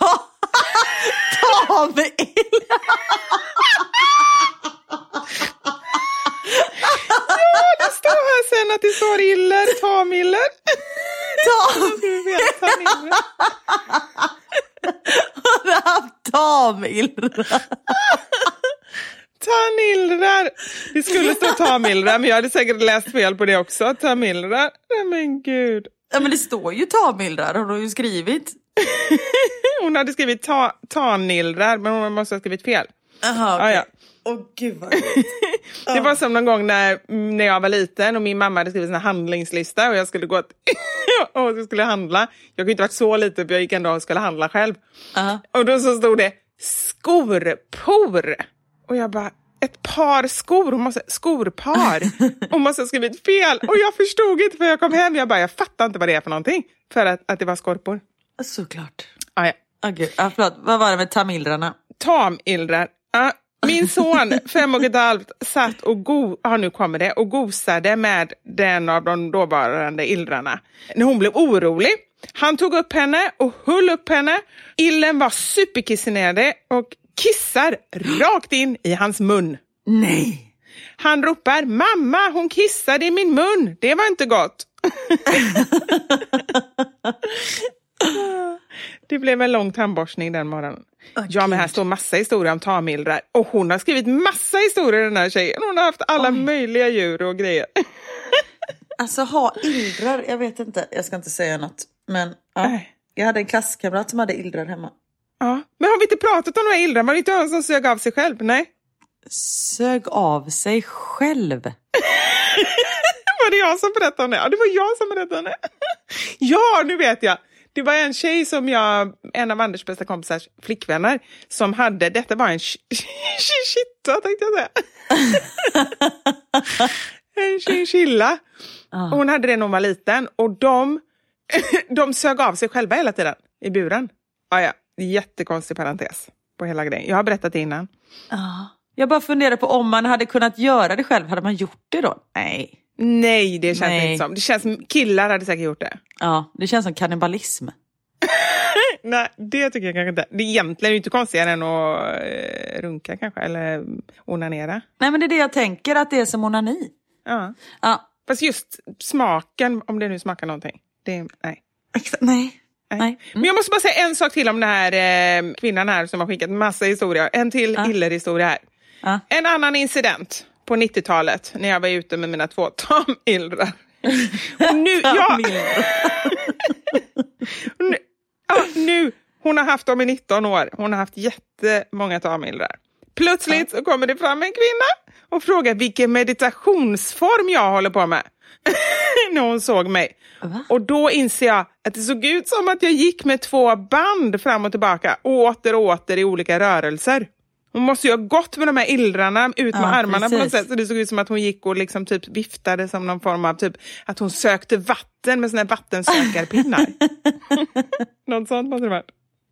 Ja, det står här sen att det står iller, tamiller. Tamillrar. Tanillrar. Det skulle stå tamillrar, men jag hade säkert läst fel på det också. Tamillrar. Nej, men gud. Ja, men det står ju tamillrar, har du ju skrivit. Hon hade skrivit tanillrar, men hon måste ha skrivit fel. Aha, okay. Ja. Gud vad Det var som någon gång när jag var liten och min mamma hade skrivit en handlingslista och jag skulle gå och jag skulle handla. Jag kunde inte varit så liten för jag gick ändå och skulle handla själv. Och då så stod det skorpor. Och jag bara, ett par skor, skorpar. Hon måste ha skrivit fel. Och jag förstod inte för jag kom hem. Jag fattar inte vad det är för någonting. För att det var skorpor. Såklart. Ja. Förlåt, vad var det med tamildrarna? Tamildrar. Min son, 5 och ett halvt, satt och gosade med den av de dåvarande ildrarna. När hon blev orolig. Han tog upp henne och höll upp henne. Illen var superkissinerade och kissar rakt in i hans mun. Nej. Han ropar, mamma, hon kissade i min mun. Det var inte gott. Det blev en lång tandborstning den morgonen. Ja, men här står massa historier om tamildrar. Och hon har skrivit massa historier, den här tjejen. Hon har haft alla möjliga djur och grejer. Alltså ha ildrar, jag vet inte. Jag ska inte säga något. Men jag hade en klasskamrat som hade ildrar hemma. Ja, men har vi inte pratat om de här ildrarna? Var det inte någon som sög av sig själv? Nej. Sög av sig själv? Var det jag som berättade om det? Ja, det var jag som berättade om det. Ja, nu vet jag. Det var en tjej som en av Anders bästa kompisars flickvänner, som hade, detta var en chitta tänkte jag säga. En chinchilla. Hon hade det när hon var liten och de sög av sig själva hela tiden i buren. Ja, jättekonstig parentes på hela grejen. Jag har berättat det innan. Jag bara funderar på om man hade kunnat göra det själv. Hade man gjort det då? Nej, det känns inte som. Det känns som killar hade säkert gjort det. Ja, det känns som kannibalism. Nej, det tycker jag kanske inte. Det är egentligen inte konstigare än att runka kanske, eller onanera. Nej, men det är det jag tänker, att det är som onani. Ja. Fast just smaken, om det nu smakar någonting. Nej. Nej. Men jag måste bara säga en sak till om den här kvinnan här som har skickat massa historia. En till illerhistoria här. En annan incident på 90-talet när jag var ute med mina 2 tamildrar. Nu, hon har haft dem i 19 år. Hon har haft jättemånga tamildrar. Plötsligt så kommer det fram en kvinna och frågar vilken meditationsform jag håller på med. När hon såg mig. Och då inser jag att det såg ut som att jag gick med 2 band fram och tillbaka. Åter och åter i olika rörelser. Hon måste ju ha gått med de här ildrarna ut med armarna på något sätt. Så det såg ut som att hon gick och liksom typ viftade som någon form av typ att hon sökte vatten med såna här vattensökarpinnar. Något sånt måste det varit.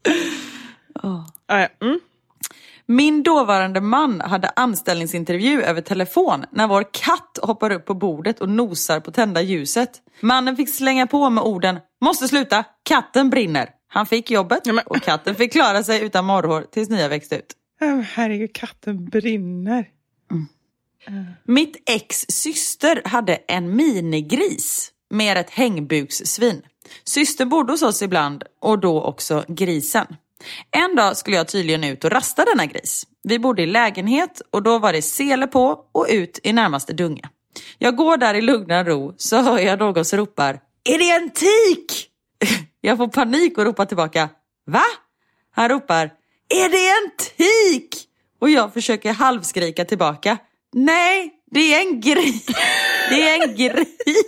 Min dåvarande man hade anställningsintervju över telefon när vår katt hoppar upp på bordet och nosar på tända ljuset. Mannen fick slänga på med orden, måste sluta, katten brinner. Han fick jobbet och katten fick klara sig utan morrhår tills nya växte ut. Herregud, katten brinner. Mitt ex syster hade en minigris med ett hängbuksvin. Syster bodde hos oss ibland och då också grisen. En dag skulle jag tydligen ut och rasta denna gris. Vi bodde i lägenhet och då var det sele på och ut i närmaste dunga. Jag går där i lugna ro så hör jag någon som ropar, är det en tik? Jag får panik och ropar tillbaka, va? Han ropar, är det en tik? Och jag försöker halvskrika tillbaka, nej, det är en gris. Det är en gris.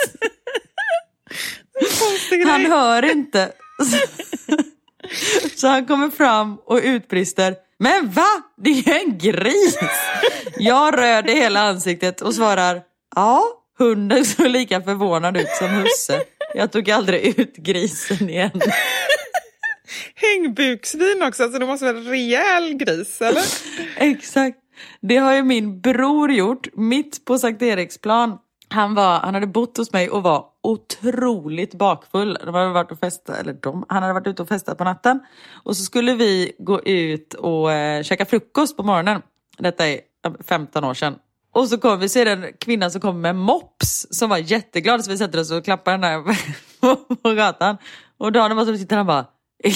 Han hör inte. Så han kommer fram och utbrister, men va? Det är en gris. Jag röde hela ansiktet och svarar, ja, hunden såg lika förvånad ut som husse. Jag tog aldrig ut grisen igen. Hängbuksvin också, alltså det måste vara en rejäl gris, eller? Exakt. Det har ju min bror gjort mitt på Sankt Eriksplan. Han hade bott hos mig och var otroligt bakfull. Han hade varit ute och festat på natten. Och så skulle vi gå ut och käka frukost på morgonen. Detta är 15 år sedan. Och så kom vi se den kvinnan som kom med mops som var jätteglad. Så vi sätter oss och klappar den där på gatan. Och då när man tittar han bara...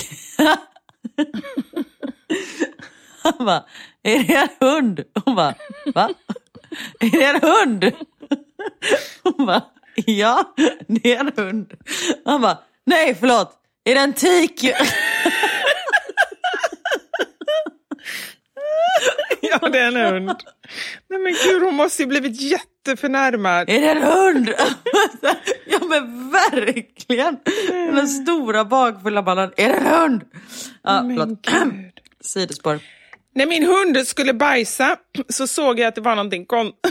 Han bara, är det en hund? Hon bara, va? Är det en hund? Hon bara, ja, det är en hund. Han bara, nej förlåt, är det en tik? Ja, det är en hund. Nej men gud, hon måste ju blivit jätteförnärmad. Är det en hund? Ja men verkligen. Den stora bakfulla ballen. Är det en hund? Ja, förlåt. Sidospår. När min hund skulle bajsa så såg jag att det var någonting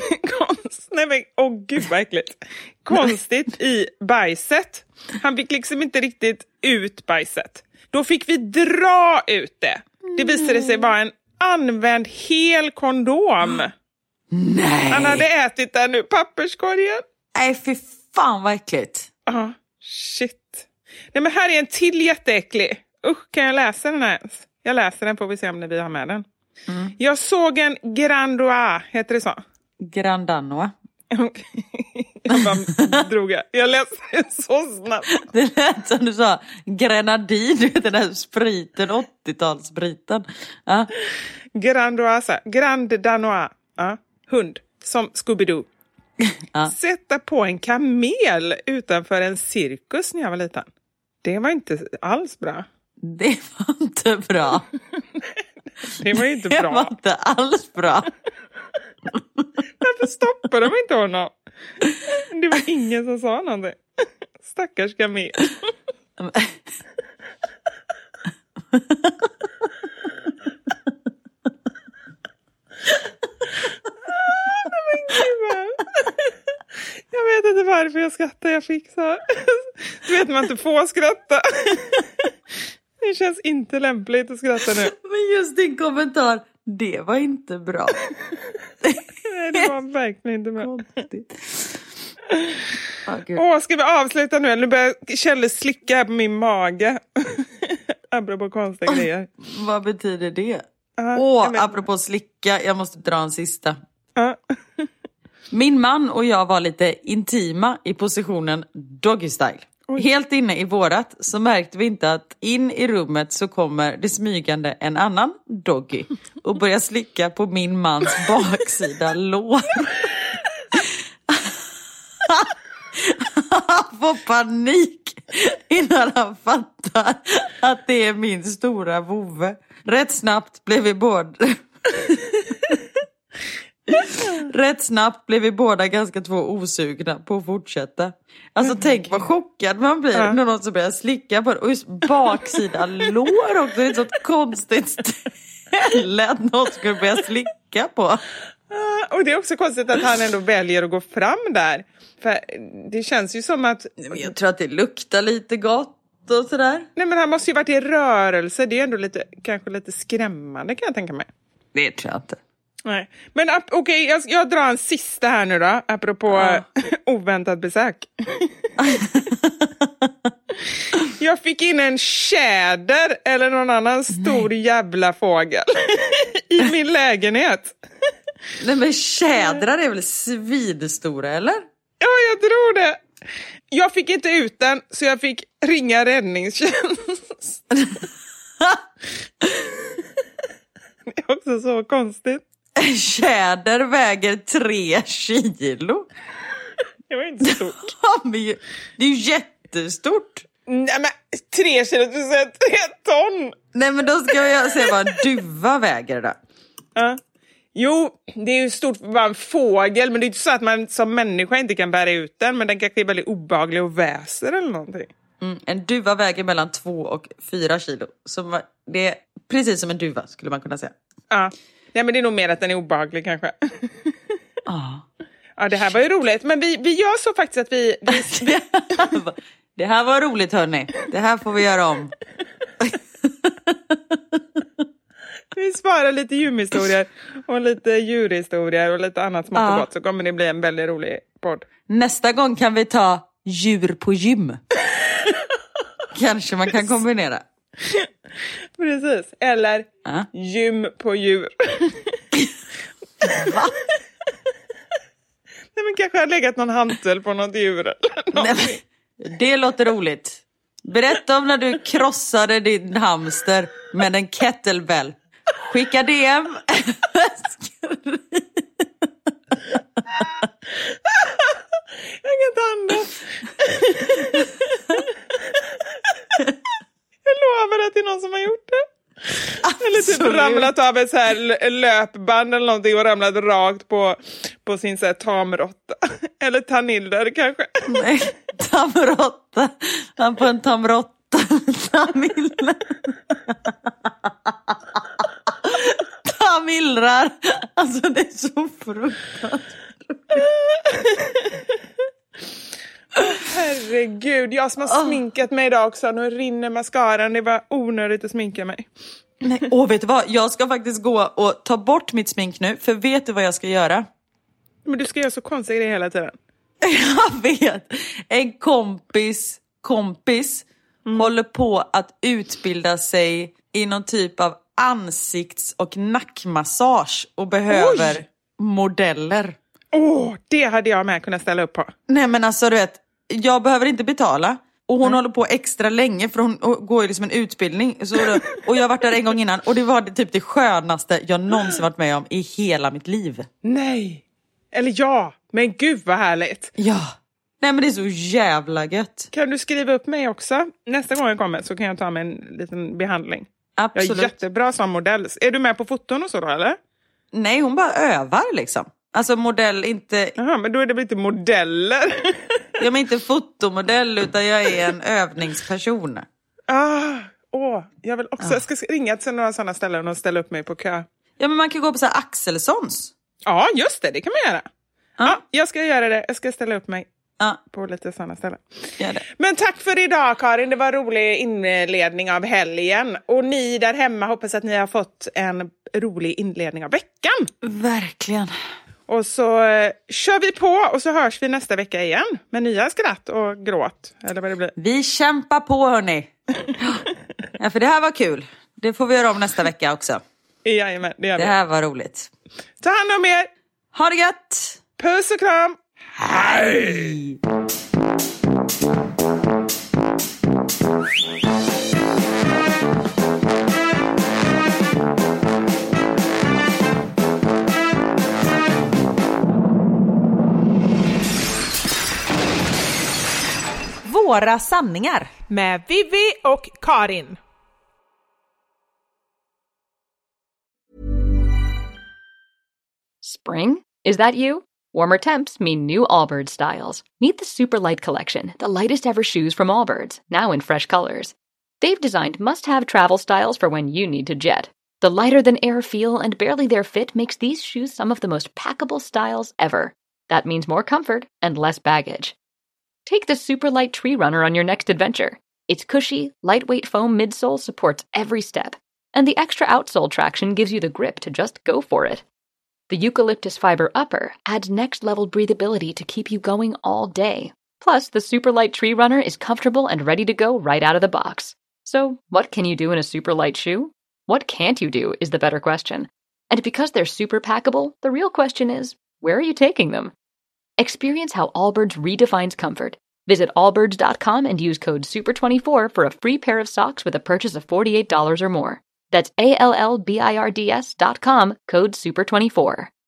gud vad äckligt. Konstigt i bajset. Han fick liksom inte riktigt ut bajset. Då fick vi dra ut det. Det visade sig vara en använd hel kondom. Nej. Han hade ätit den ur papperskorgen. Nej, fy fan vad äckligt. Ja, shit. Nej men här är en till jätteäcklig. Kan jag läsa den här ens? Jag läser den, får vi se om vi har med den. Jag såg en Grand Danois, heter det så? Grand Danois. Jag bara jag läste det så snabbt. Det lät som du sa grenadin, du vet den där spriten, 80-talsspriten. Ja. Grand Danois. Ja. Hund, som Scooby-Doo. Ja. Sätta på en kamel utanför en cirkus när jag var liten. Det var inte alls bra. Det var inte bra. Det var inte bra. Det var inte alls bra. Varför stoppade de inte honom? Det var ingen som sa någonting. Stackars kamel. Jag vet inte varför jag skrattar. Jag fick så. Du vet man inte får skratta. Det känns inte lämpligt att skratta nu. Men just din kommentar, det var inte bra. Nej, det var verkligen inte bra. Ska vi avsluta nu? Nu börjar Kjell slicka här på min mage. Apropå konstiga grejer. Vad betyder det? Apropå slicka, jag måste dra en sista. Min man och jag var lite intima i positionen doggy style. Helt inne i vårat så märkte vi inte att in i rummet så kommer det smygande en annan doggy och börjar slicka på min mans baksida lår. Han får panik innan han fattar att det är min stora vovve. Rätt snabbt blev vi båda ganska osugna på att fortsätta. Alltså tänk vad chockad man blir när någon som börjar slicka på det. Och just baksida lår också. Det är ett sånt konstigt ställe att någon skulle börja slicka på. Och det är också konstigt att han ändå väljer att gå fram där. För det känns ju som att... Jag tror att det luktar lite gott och sådär. Nej men han måste ju varit i rörelse. Det är ändå kanske lite skrämmande kan jag tänka mig. Det tror jag inte. Nej, men okej, jag drar en sista här nu då, apropå oväntat besök. Jag fick in en tjäder eller någon annan stor jävla fågel i min lägenhet. Nej men tjädrar är väl svinstora eller? Ja, jag tror det. Jag fick inte ut den så jag fick ringa räddningstjänst. Det är också så konstigt. Tjäder väger 3 kilo. Det var inte stort. Det är ju jättestort. Nej men 3 kilo, du säger 3 ton. Nej men då ska jag se vad en duva väger då. Ja. Jo, det är ju stort för bara en fågel. Men det är inte så att man som människa inte kan bära ut den. Men den kanske är väldigt obehaglig och väser eller någonting. En duva väger mellan 2 och 4 kilo. Så det är precis som en duva skulle man kunna säga. Ja. Nej men det är nog mer att den är obehaglig kanske. Ja, det här var ju roligt. Men vi gör så faktiskt att vi... Det här var roligt hörni. Det här får vi göra om. Vi sparar lite gymhistorier och lite djurhistorier och lite annat smått och gott. Så kommer det bli en väldigt rolig podd. Nästa gång kan vi ta djur på gym. Kanske man kan kombinera. Precis. Eller gym på djur. Va? Nej men kanske har legat någon hantel på något djur eller Nej, det låter roligt. Berätta om när du krossade din hamster med en kettlebell. Skicka DM. Jag kan inte andas. Jag lovar att det är någon som har gjort det. Eller typ ramlat av ett så här löpband eller någonting och ramlat rakt på sin så här tamrotta. Eller taniller kanske. Nej, tamrotta. Han på en tamrotta. Tamiller. Tamillrar. Alltså det är så fruktansvärt. Herregud, jag som har sminkat mig idag också. Nu rinner mascaran, det var onödigt att sminka mig. Nej, vet du vad? Jag ska faktiskt gå och ta bort mitt smink nu. För vet du vad jag ska göra? Men du ska göra så konstiga grejer hela tiden. Jag vet. En kompis håller på att utbilda sig i någon typ av ansikts- och nackmassage och behöver modeller. Det hade jag med kunnat ställa upp på. Nej men alltså du vet, jag behöver inte betala. Och hon håller på extra länge för hon går ju liksom en utbildning. Och jag har varit där en gång innan och det var typ det skönaste jag någonsin varit med om i hela mitt liv. Nej, eller ja, men gud vad härligt. Ja, nej men det är så jävla gött. Kan du skriva upp mig också? Nästa gång jag kommer så kan jag ta med en liten behandling. Absolut. Jag är jättebra som modell. Är du med på foton och så då eller? Nej, hon bara övar liksom. Alltså modell inte... Jaha, men då är det väl inte modeller? Jag är inte fotomodell utan jag är en övningsperson. Jag vill också, jag ska ringa till några sådana ställen och ställa upp mig på kö. Ja, men man kan gå på så här Axelssons. Ja, just det kan man göra. Ja, jag ska göra det. Jag ska ställa upp mig på lite sådana ställen. Gör det. Men tack för idag Karin, det var en rolig inledning av helgen. Och ni där hemma, hoppas att ni har fått en rolig inledning av veckan. Verkligen. Och så kör vi på och så hörs vi nästa vecka igen med nya skratt och gråt. Eller vad det blir. Vi kämpar på hörni. Ja, för det här var kul. Det får vi göra om nästa vecka också. Jajamän, det gör vi. Det här var roligt. Ta hand om er. Ha det gött. Puss och kram. Hej. Våra sanningar med Vivi och Karin. Spring? Is that you? Warmer temps mean new Allbirds styles. Meet the Superlight Collection, the lightest ever shoes from Allbirds, now in fresh colors. They've designed must-have travel styles for when you need to jet. The lighter-than-air feel and barely-there fit makes these shoes some of the most packable styles ever. That means more comfort and less baggage. Take the Superlight Tree Runner on your next adventure. Its cushy, lightweight foam midsole supports every step, and the extra outsole traction gives you the grip to just go for it. The eucalyptus fiber upper adds next-level breathability to keep you going all day. Plus, the Superlight Tree Runner is comfortable and ready to go right out of the box. So, what can you do in a super light shoe? What can't you do is the better question. And because they're super packable, the real question is, where are you taking them? Experience how Allbirds redefines comfort. Visit allbirds.com and use code SUPER24 for a free pair of socks with a purchase of $48 or more. That's ALLBIRDS.com, code SUPER24.